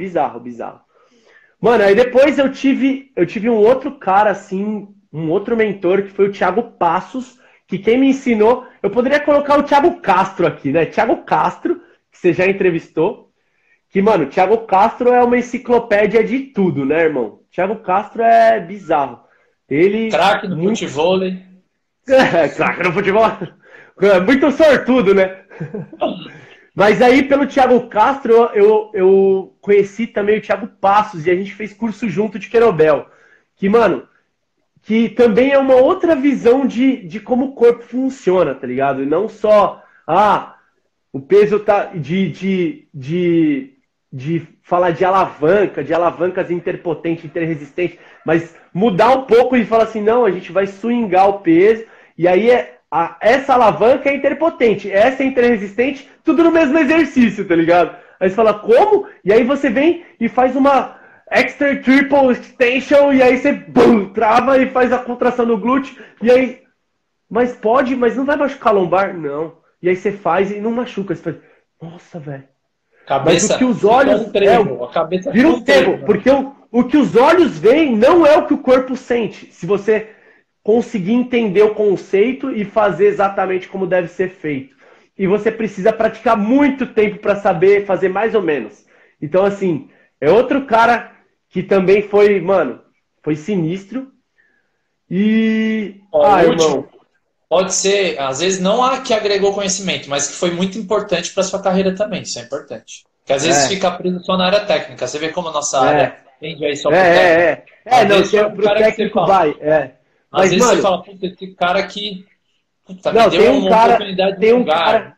Mano, aí depois eu tive um outro cara, assim, um outro mentor, que foi o Thiago Passos, que quem me ensinou... Eu poderia colocar o Thiago Castro aqui, né? Thiago Castro, que você já entrevistou. Que, mano, Thiago Castro é uma enciclopédia de tudo, né, irmão? Thiago Castro é bizarro. Ele... Craque no futevôlei. Craque no futebol. Muito sortudo, né? Mas aí, pelo Thiago Castro, eu conheci também o Thiago Passos e a gente fez curso junto de Querobel. Que, mano, que também é uma outra visão de como o corpo funciona, tá ligado? E não só, o peso tá de falar de alavancas interpotente, interresistente, mas mudar um pouco e falar assim, não, a gente vai swingar o peso, e aí essa alavanca é interpotente, essa é interresistente, tudo no mesmo exercício, tá ligado? Aí você fala, como? E aí você vem e faz uma extra triple extension, e aí você trava e faz a contração no glúteo, e aí, mas não vai machucar a lombar? Não. E aí você faz e não machuca, você faz, nossa, velho. Mas o que os olhos... vira um trevo, porque o que os olhos veem não é o que o corpo sente. Se você conseguir entender o conceito e fazer exatamente como deve ser feito. E você precisa praticar muito tempo para saber fazer mais ou menos. Então, assim, é outro cara que também foi, mano, foi sinistro. E... irmão... Pode ser, às vezes, não a que agregou conhecimento, mas que foi muito importante para sua carreira também. Isso é importante. Porque às vezes fica preso só na área técnica. Você vê como a nossa área tende aí só pro técnico. Pro técnico vai. Às vezes você fala, puta, esse cara aqui me deu uma oportunidade de lugar.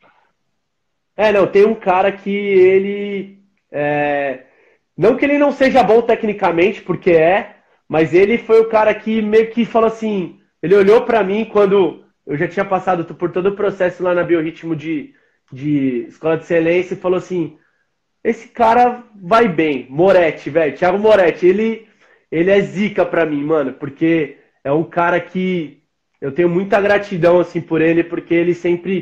Tem um cara que ele... não que ele não seja bom tecnicamente, porque mas ele foi o cara que meio que falou assim... Ele olhou para mim quando... Eu já tinha passado por todo o processo lá na Biorritmo de Escola de Excelência e falou assim, esse cara vai bem, Moretti, velho, Thiago Moretti, ele é zica pra mim, mano, porque é um cara que eu tenho muita gratidão, assim, por ele, porque ele sempre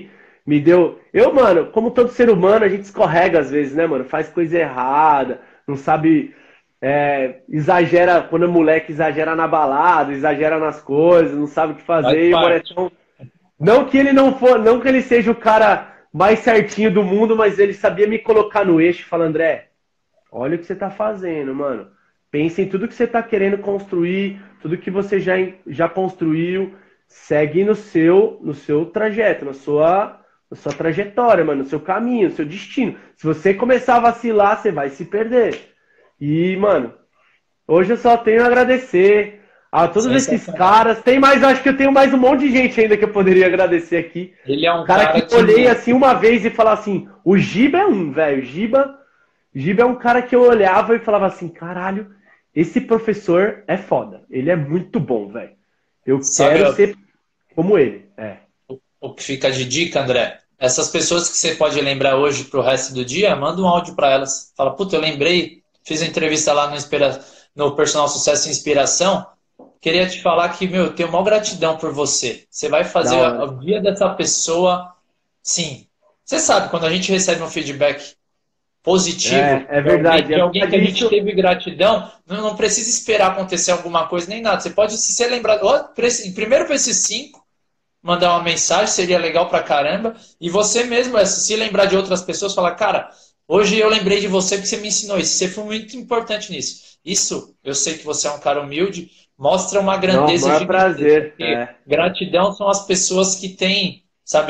me deu. Eu, mano, como todo ser humano, a gente escorrega às vezes, né, mano? Faz coisa errada, não sabe. Exagera, quando é moleque, exagera na balada, exagera nas coisas, não sabe o que fazer. E o Moretão. Não que ele não for, não que ele seja o cara mais certinho do mundo, mas ele sabia me colocar no eixo e falar, André, olha o que você tá fazendo, mano. Pensa em tudo que você tá querendo construir, tudo que você já construiu. Segue no seu trajeto, na sua trajetória, mano, no seu caminho, no seu destino. Se você começar a vacilar, você vai se perder. E, mano, hoje eu só tenho a agradecer a todos esses caras. Tem mais, acho que eu tenho mais um monte de gente ainda que eu poderia agradecer aqui. Ele é um cara que eu olhei assim uma vez e falar assim, o Giba é um, velho. Giba é um cara que eu olhava e falava assim, caralho, esse professor é foda. Ele é muito bom, velho. Eu quero ser como ele. O que fica de dica, André? Essas pessoas que você pode lembrar hoje pro resto do dia, manda um áudio para elas. Fala, puta, eu lembrei, fiz uma entrevista lá no Personal Sucesso e Inspiração. Queria te falar que, meu, eu tenho maior gratidão por você. Você vai fazer a vida dessa pessoa. Sim. Você sabe, quando a gente recebe um feedback positivo, é verdade. De alguém que a gente teve gratidão, não precisa esperar acontecer alguma coisa nem nada. Você pode se ser lembrado, primeiro para esses 5, mandar uma mensagem, seria legal pra caramba. E você mesmo, se lembrar de outras pessoas, falar, cara, hoje eu lembrei de você porque você me ensinou isso. Você foi muito importante nisso. Isso, eu sei que você é um cara humilde, mostra uma grandeza gigante. Prazer. Gratidão são as pessoas que têm, sabe,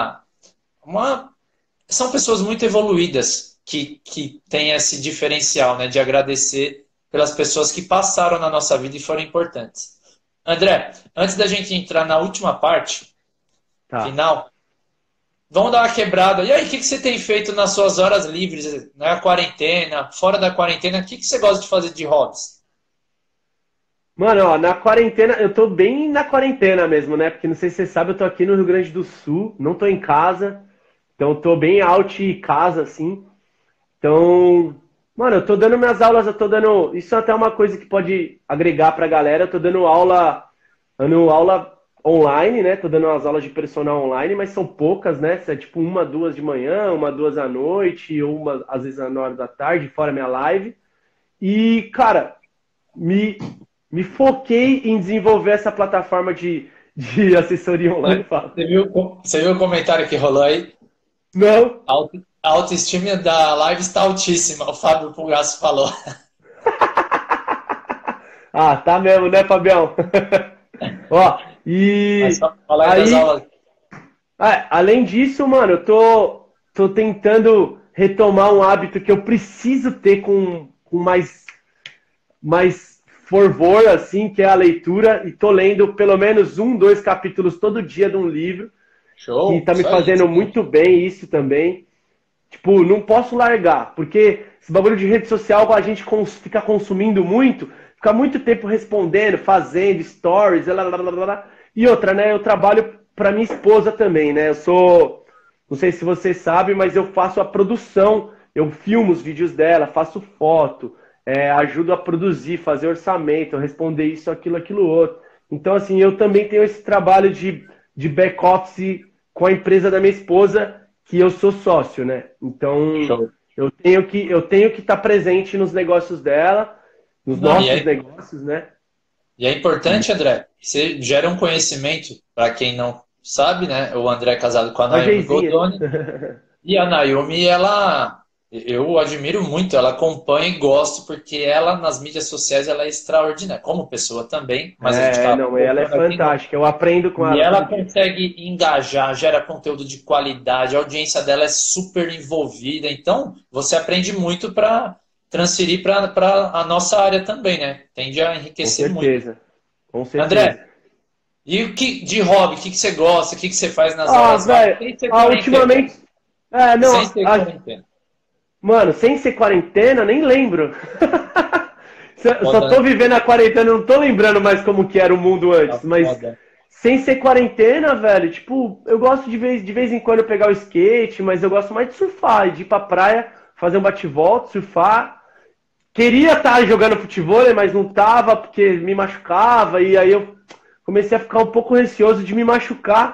são pessoas muito evoluídas que têm esse diferencial, né, de agradecer pelas pessoas que passaram na nossa vida e foram importantes. André, antes da gente entrar na última parte, final, vamos dar uma quebrada. E aí, o que você tem feito nas suas horas livres, na quarentena, fora da quarentena? O que você gosta de fazer de hobbies? Mano, ó, na quarentena, eu tô bem na quarentena mesmo, né? Porque não sei se você sabe, eu tô aqui no Rio Grande do Sul, não tô em casa, então eu tô bem out casa, assim. Então, mano, eu tô dando minhas aulas, isso é até uma coisa que pode agregar pra galera, eu tô dando aula online, né? Tô dando umas aulas de personal online, mas são poucas, né? É tipo 1, 2 de manhã, 1, 2 à noite, ou às vezes na hora da tarde, fora minha live. E, cara, me foquei em desenvolver essa plataforma de assessoria online. Você viu o comentário que rolou aí? Não. A autoestima da live está altíssima, o Fábio Pulgaço falou. Ah, tá mesmo, né, Fabião? Ó, e aí, além disso, mano, eu tô tentando retomar um hábito que eu preciso ter com mais fervor, assim, que é a leitura, e tô lendo pelo menos 1, 2 capítulos todo dia de um livro. Show! Que tá me fazendo muito bem isso também. Tipo, não posso largar, porque esse bagulho de rede social, a gente fica consumindo muito, fica muito tempo respondendo, fazendo stories, e outra, né? Eu trabalho pra minha esposa também, né? Não sei se você sabe, mas eu faço a produção, eu filmo os vídeos dela, faço foto, ajudo a produzir, fazer orçamento, responder isso, aquilo, outro. Então, assim, eu também tenho esse trabalho de back-office com a empresa da minha esposa, que eu sou sócio, né? Então, eu tenho que estar presente nos negócios dela, nos nossos negócios, né? E é importante, André, você gera um conhecimento, para quem não sabe, né? O André é casado com a Naomi Goldoni. E a Naomi, eu admiro muito, ela acompanha e gosto, porque ela, nas mídias sociais, ela é extraordinária, como pessoa também. Mas a gente ela é fantástica, eu aprendo com ela. E ela consegue engajar, gera conteúdo de qualidade, a audiência dela é super envolvida, então você aprende muito para transferir para a nossa área também, né? Tende a enriquecer muito. Com certeza. André, e de hobby, o que você gosta, o que você faz nas horas? Ultimamente... Sem ser quarentena. Mano, sem ser quarentena, nem lembro. Só tô vivendo a quarentena, não tô lembrando mais como que era o mundo antes. Mas sem ser quarentena, velho, tipo, eu gosto de vez em quando eu pegar o skate, mas eu gosto mais de surfar, de ir pra praia, fazer um bate-volta, surfar. Queria estar jogando futebol, mas não tava, porque me machucava, e aí eu comecei a ficar um pouco receoso de me machucar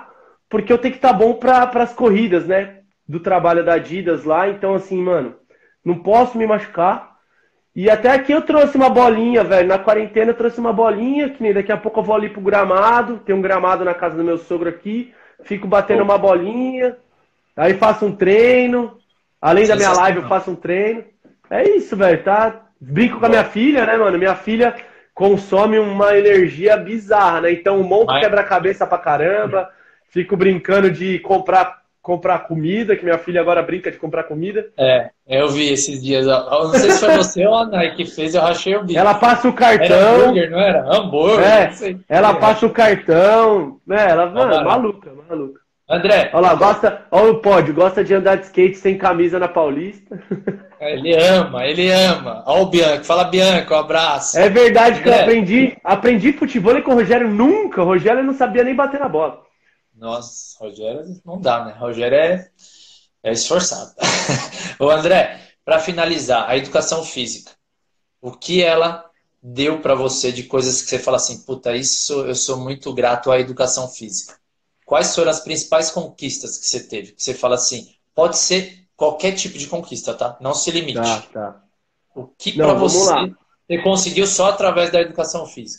porque eu tenho que estar bom para as corridas, né? Do trabalho da Adidas lá. Então, assim, mano, não posso me machucar. E até aqui eu trouxe uma bolinha, velho. Na quarentena eu trouxe uma bolinha, que nem daqui a pouco eu vou ali pro gramado. Tem um gramado na casa do meu sogro aqui. Fico batendo uma bolinha. Aí faço um treino. Além da minha live, eu faço um treino. É isso, velho, tá? Brinco com a minha filha, né, mano? Minha filha consome uma energia bizarra, né? Então, monto quebra-cabeça pra caramba. Fico brincando de comprar comida, que minha filha agora brinca de comprar comida. Eu vi esses dias. Eu não sei se foi você ou a Nai que fez, eu rachei o bico. Ela passa o cartão. Era hambúrguer, não era? Hambúrguer. Não sei. Ela passa o cartão. Ela, mano, maluca. André. Olha lá, olha o pódio, gosta de andar de skate sem camisa na Paulista. Ele ama. Olha o Bianco, fala Bianco, um abraço. É verdade que eu aprendi futebol com o Rogério nunca. O Rogério não sabia nem bater na bola. Nossa, Rogério não dá, né? Rogério é esforçado. Ô André, para finalizar, a educação física. O que ela deu para você de coisas que você fala assim, puta, isso eu sou muito grato à educação física. Quais foram as principais conquistas que você teve? Que você fala assim, pode ser qualquer tipo de conquista, tá? Não se limite. Tá. O que para você conseguiu só através da educação física?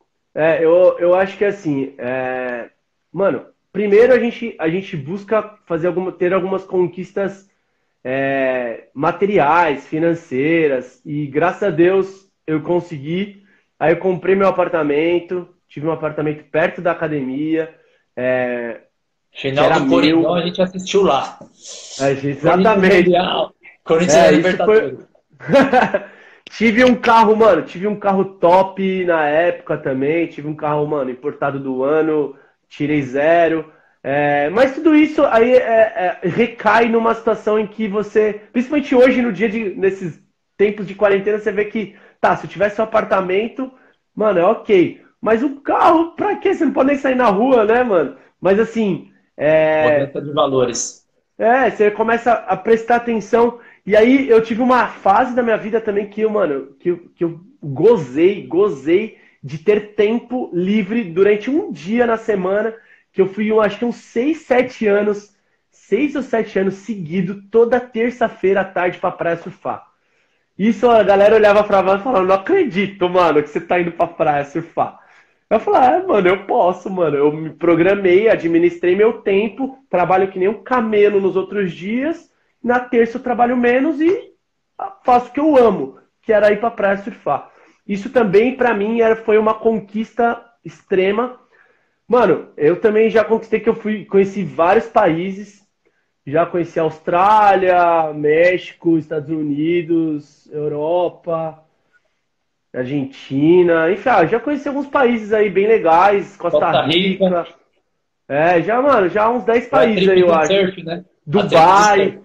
Eu acho que assim, mano, primeiro a gente busca ter algumas conquistas materiais, financeiras, e graças a Deus eu consegui. Aí eu comprei meu apartamento, tive um apartamento perto da academia. Final do Coringão a gente assistiu lá. Exatamente. Corinthians Libertadores. Tive um carro top na época também. Tive um carro, mano, importado do ano, tirei 0. Mas tudo isso aí recai numa situação em que você, principalmente hoje, nesses tempos de quarentena, você vê que, se eu tivesse um apartamento, mano, é ok. Mas o carro, pra quê? Você não pode nem sair na rua, né, mano? Mas assim. Mudança de valores. Você começa a prestar atenção. E aí eu tive uma fase da minha vida também que eu gozei de ter tempo livre durante um dia na semana, que eu fui, acho que uns 6 ou 7 anos seguidos, toda terça-feira à tarde pra praia surfar. Isso a galera olhava pra mim e falava, não acredito, mano, que você tá indo pra praia surfar. Eu falei, mano, eu posso, mano. Eu me programei, administrei meu tempo, trabalho que nem um camelo nos outros dias. Na terça eu trabalho menos e faço o que eu amo, que era ir pra praia surfar. Isso também, pra mim, foi uma conquista extrema. Mano, eu também já conquistei que conheci vários países. Já conheci Austrália, México, Estados Unidos, Europa, Argentina, enfim, já conheci alguns países aí bem legais, Costa Rica. Já uns 10 países aí, eu acho. Surf, né? Dubai.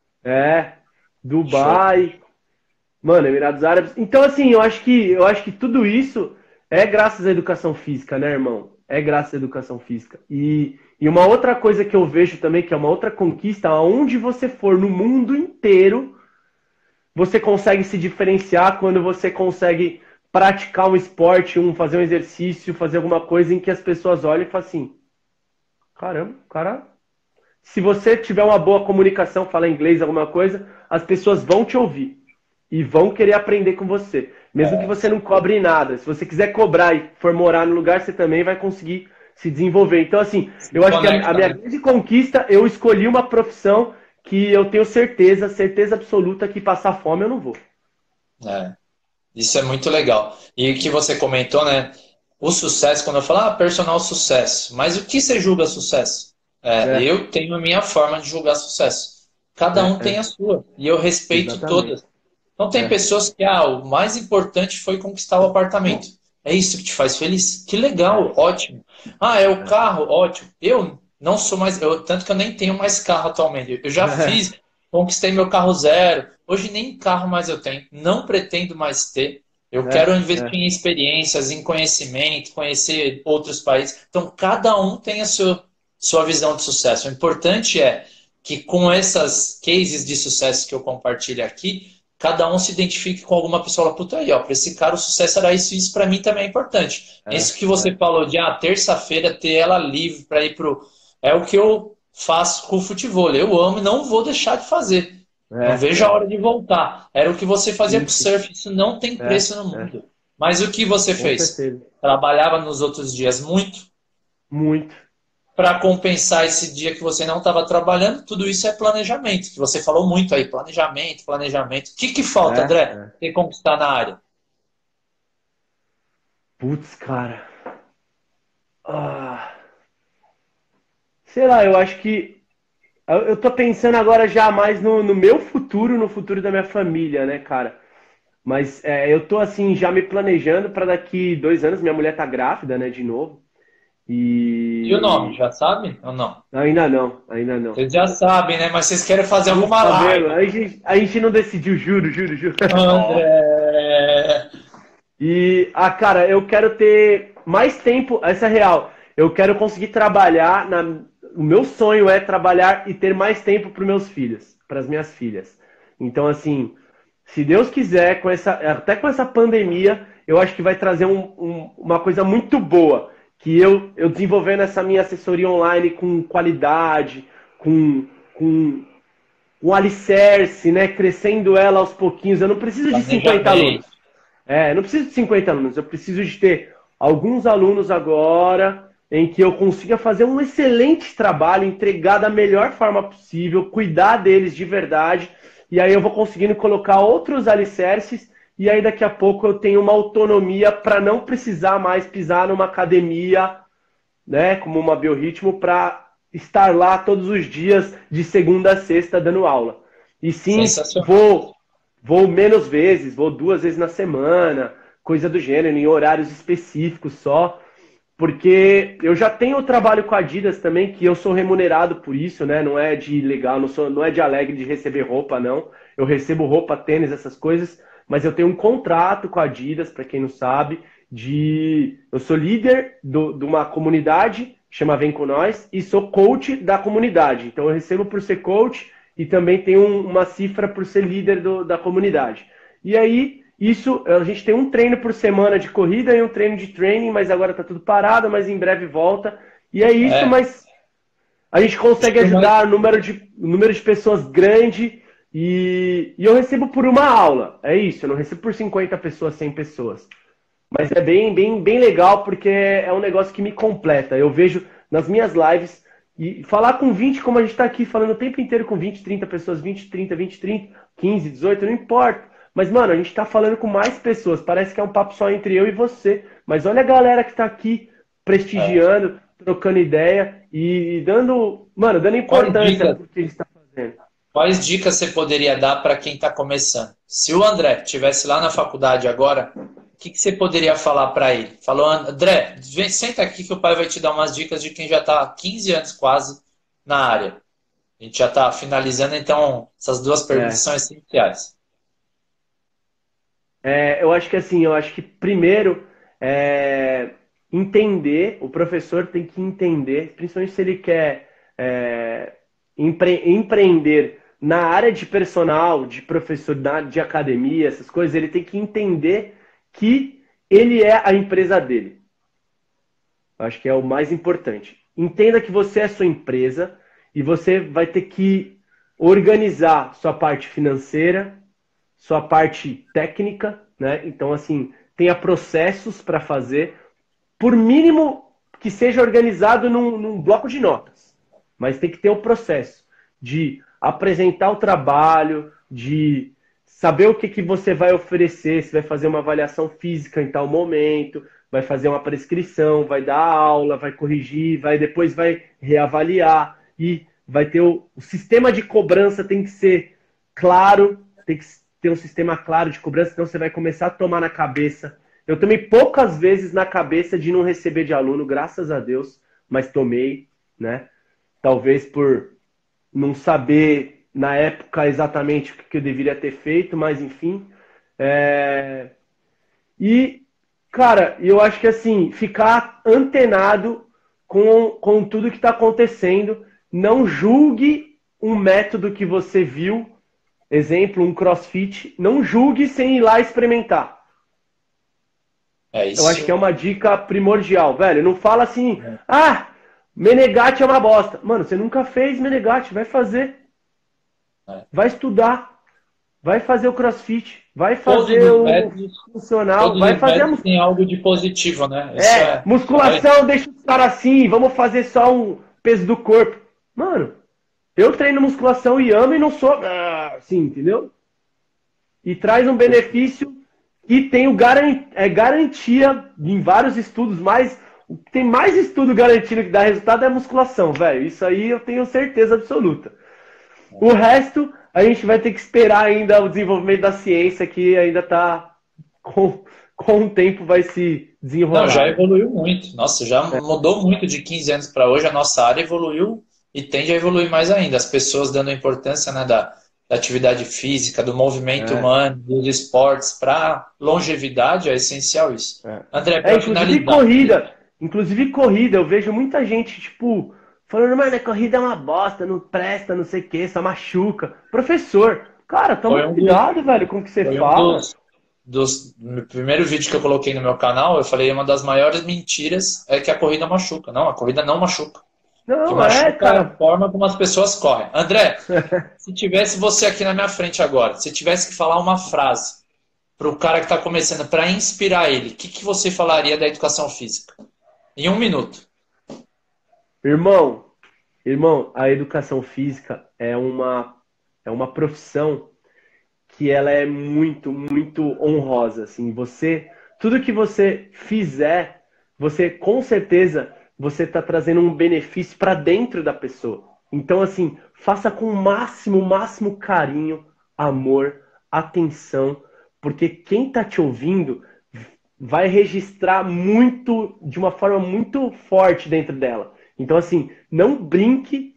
Dubai. Show. Mano, Emirados Árabes. Então, assim, eu acho que tudo isso é graças à educação física, né, irmão? É graças à educação física. E uma outra coisa que eu vejo também, que é uma outra conquista, aonde você for no mundo inteiro, você consegue se diferenciar quando você consegue praticar um esporte, fazer um exercício, fazer alguma coisa em que as pessoas olham e falam assim, caramba, cara... Se você tiver uma boa comunicação, falar inglês, alguma coisa, as pessoas vão te ouvir e vão querer aprender com você. Mesmo que você não cobre nada. Se você quiser cobrar e for morar no lugar, você também vai conseguir se desenvolver. Então, assim, eu acho que a minha grande conquista, eu escolhi uma profissão que eu tenho certeza absoluta que passar fome eu não vou. Isso é muito legal. E o que você comentou, né? O sucesso, quando eu falo, personal sucesso. Mas o que você julga sucesso? Eu tenho a minha forma de julgar sucesso. Cada um tem a sua. E eu respeito todas. Então tem pessoas que, o mais importante foi conquistar o apartamento. É isso que te faz feliz? Que legal, ótimo. É o carro, ótimo. Eu não sou mais... tanto que eu nem tenho mais carro atualmente. Eu já conquistei meu carro 0. Hoje nem carro mais eu tenho. Não pretendo mais ter. Eu quero investir em experiências, em conhecimento, conhecer outros países. Então cada um tem a sua visão de sucesso. O importante é que com essas cases de sucesso que eu compartilho aqui, cada um se identifique com alguma pessoa. Puta aí, para esse cara o sucesso era isso, e isso para mim também é importante. Isso que você falou de terça-feira ter ela livre para ir é o que eu faço com o futebol. Eu amo e não vou deixar de fazer. Não vejo a hora de voltar. Era o que você fazia pro Isso. surf. Isso não tem preço no É. mundo. Mas o que você Com fez? certeza. Trabalhava nos outros dias muito Muito. para compensar esse dia que você não estava trabalhando. Tudo isso é planejamento. Que você falou muito aí. Planejamento, planejamento. O que falta, André? É. Tem que conquistar na área. Putz, cara. Ah, sei lá, eu acho que. Eu tô pensando agora já mais no meu futuro, no futuro da minha família, né, cara? Mas eu tô assim, já me planejando para daqui 2 anos. Minha mulher tá grávida, né, de novo. E o nome, E. já sabe ou não? Ainda não, ainda não. Vocês já sabem, né? Mas vocês querem fazer Não alguma sabemos. live. A gente não decidiu, juro, juro, juro. André. E, cara, eu quero ter mais tempo, essa é real. Eu quero conseguir trabalhar. O meu sonho é trabalhar e ter mais tempo para os meus filhos, para as minhas filhas. Então, assim, se Deus quiser, até com essa pandemia, eu acho que vai trazer uma coisa muito boa. Que eu desenvolvendo essa minha assessoria online com qualidade, com um alicerce, né? Crescendo ela aos pouquinhos. Eu não preciso de 50 Planejamento. alunos. Eu não preciso de 50 alunos, eu preciso de ter alguns alunos agora em que eu consiga fazer um excelente trabalho, entregar da melhor forma possível, cuidar deles de verdade, e aí eu vou conseguindo colocar outros alicerces, e aí daqui a pouco eu tenho uma autonomia para não precisar mais pisar numa academia, né, como uma Biorritmo, para estar lá todos os dias, de segunda a sexta, dando aula. E sim, Sensacional. vou menos vezes, vou 2 vezes na semana, coisa do gênero, em horários específicos só, porque eu já tenho trabalho com a Adidas também, que eu sou remunerado por isso, né? Não é de legal, não é de alegre de receber roupa, não. Eu recebo roupa, tênis, essas coisas, mas eu tenho um contrato com a Adidas, para quem não sabe, eu sou líder de uma comunidade, chama Vem Com Nós, e sou coach da comunidade. Então eu recebo por ser coach e também tenho uma cifra por ser líder da comunidade. E aí, a gente tem um treino por semana de corrida e um treino de training, mas agora está tudo parado, mas em breve volta. E é isso, É. mas a gente consegue ajudar número de pessoas grande e eu recebo por uma aula. É isso, eu não recebo por 50 pessoas, 100 pessoas. Mas é bem, bem, bem legal porque é um negócio que me completa. Eu vejo nas minhas lives e falar com 20, como a gente está aqui falando o tempo inteiro com 20, 30 pessoas, 20, 30, 20, 30, 15, 18, não importa. Mas, mano, a gente está falando com mais pessoas. Parece que é um papo só entre eu e você. Mas olha a galera que está aqui prestigiando, trocando ideia e dando importância pro que a gente está fazendo. Quais dicas você poderia dar para quem está começando? Se o André estivesse lá na faculdade agora, o que você poderia falar para ele? Falou, André, vem, senta aqui que o pai vai te dar umas dicas de quem já está há 15 anos quase na área. A gente já está finalizando, então essas duas perguntas são essenciais. Eu acho que assim, primeiro entender, o professor tem que entender, principalmente se ele quer empreender na área de personal, de professor, de academia, essas coisas, ele tem que entender que ele é a empresa dele. Eu acho que é o mais importante. Entenda que você é a sua empresa e você vai ter que organizar sua parte financeira, sua parte técnica, né? Então, assim, tenha processos para fazer, por mínimo que seja organizado num bloco de notas. Mas tem que ter um processo de apresentar o trabalho, de saber o que você vai oferecer, se vai fazer uma avaliação física em tal momento, vai fazer uma prescrição, vai dar aula, vai corrigir, depois vai reavaliar e vai ter o sistema de cobrança tem que ser claro, tem que ter um sistema claro de cobrança, senão você vai começar a tomar na cabeça. Eu tomei poucas vezes na cabeça de não receber de aluno, graças a Deus, mas tomei, né? Talvez por não saber na época exatamente o que eu deveria ter feito, mas enfim. E, cara, eu acho que assim, ficar antenado com tudo que está acontecendo, não julgue um método que você viu, exemplo, um CrossFit, não julgue sem ir lá experimentar. É isso. Eu acho que é uma dica primordial, velho. Não fala assim, Menegatti é uma bosta. Mano, você nunca fez Menegatti, vai fazer. Vai estudar. Vai fazer o CrossFit. Vai fazer o funcional. Vai fazer a tem algo de positivo, né? Musculação, deixa os caras assim. Vamos fazer só um peso do corpo. Mano, eu treino musculação e amo e não sou assim, entendeu? E traz um benefício que tem garantia em vários estudos, mas tem mais estudo garantindo que dá resultado é a musculação, velho. Isso aí eu tenho certeza absoluta. O resto, a gente vai ter que esperar ainda o desenvolvimento da ciência, que ainda está com o tempo vai se desenrolar. Não, já evoluiu muito. Nossa, já mudou muito de 15 anos para hoje. A nossa área evoluiu e tende a evoluir mais ainda. As pessoas dando importância, né, da atividade física, do movimento humano, dos esportes para longevidade, é essencial isso. André, para finalizar... Inclusive corrida, eu vejo muita gente, tipo, falando, mano, a corrida é uma bosta, não presta, não sei o que, só machuca. Professor, cara, toma cuidado, velho, com o que você fala. No primeiro vídeo que eu coloquei no meu canal, eu falei, uma das maiores mentiras é que a corrida machuca. Não, a corrida não machuca. Não, que machuca cara. A forma como as pessoas correm. André, se tivesse você aqui na minha frente agora, se tivesse que falar uma frase para o cara que está começando, para inspirar ele, o que você falaria da educação física? Em 1 minuto. Irmão, a educação física é uma profissão que ela é muito, muito honrosa. Assim. Tudo que você fizer, você com certeza você está trazendo um benefício para dentro da pessoa. Então, assim, faça com o máximo carinho, amor, atenção, porque quem está te ouvindo vai registrar muito, de uma forma muito forte dentro dela. Então, assim, não brinque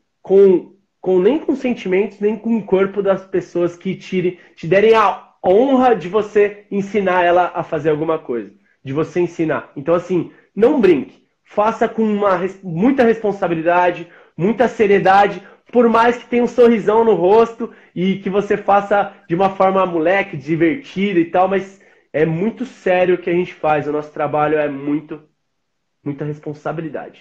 nem com sentimentos, nem com o corpo das pessoas que te derem a honra de você ensinar ela a fazer alguma coisa. De você ensinar. Então, assim, não brinque. Faça com muita responsabilidade, muita seriedade, por mais que tenha um sorrisão no rosto e que você faça de uma forma moleque, divertida e tal, mas é muito sério o que a gente faz. O nosso trabalho é muita responsabilidade.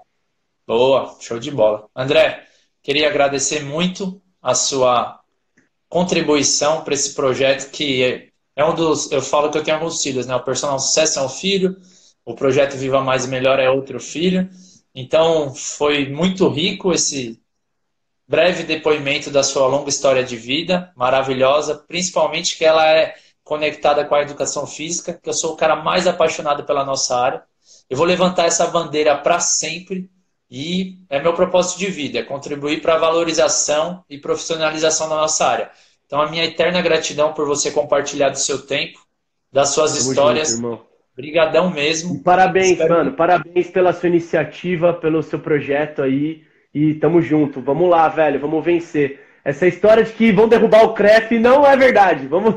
Boa, show de bola. André, queria agradecer muito a sua contribuição para esse projeto que é um dos... Eu falo que eu tenho alguns filhos, né? O Personal Sucesso é um filho, o projeto Viva Mais e Melhor é outro filho. Então, foi muito rico esse breve depoimento da sua longa história de vida, maravilhosa, principalmente que ela é conectada com a educação física, que eu sou o cara mais apaixonado pela nossa área. Eu vou levantar essa bandeira para sempre e é meu propósito de vida, é contribuir para a valorização e profissionalização da nossa área. Então, a minha eterna gratidão por você compartilhar do seu tempo, das suas histórias. Obrigadão mesmo. E parabéns, mano. Parabéns pela sua iniciativa, pelo seu projeto aí. E tamo junto. Vamos lá, velho. Vamos vencer. Essa história de que vão derrubar o CREF não é verdade. Vamos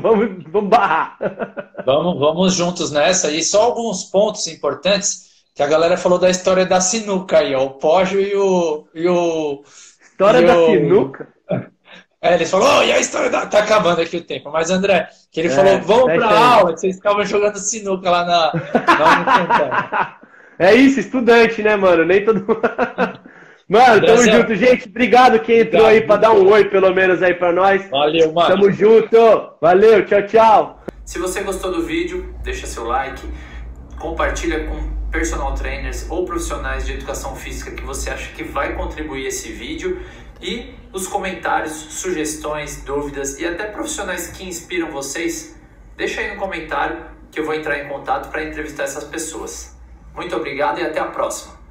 barrar. Vamos juntos nessa. E só alguns pontos importantes que a galera falou da história da sinuca aí, ó. O Pógio e o... História da sinuca? Eles falaram, e a história tá acabando aqui o tempo. Mas, André, que ele falou, vamos pra aula, que vocês ficavam jogando sinuca lá na É isso, estudante, né, mano? Nem todo mundo... Mano, tamo junto, gente. Obrigado quem entrou aí pra dar um oi, pelo menos, aí pra nós. Valeu, mano. Tamo junto. Valeu, tchau, tchau. Se você gostou do vídeo, deixa seu like, compartilha com personal trainers ou profissionais de educação física que você acha que vai contribuir esse vídeo. E os comentários, sugestões, dúvidas e até profissionais que inspiram vocês, deixa aí no comentário que eu vou entrar em contato para entrevistar essas pessoas. Muito obrigado e até a próxima.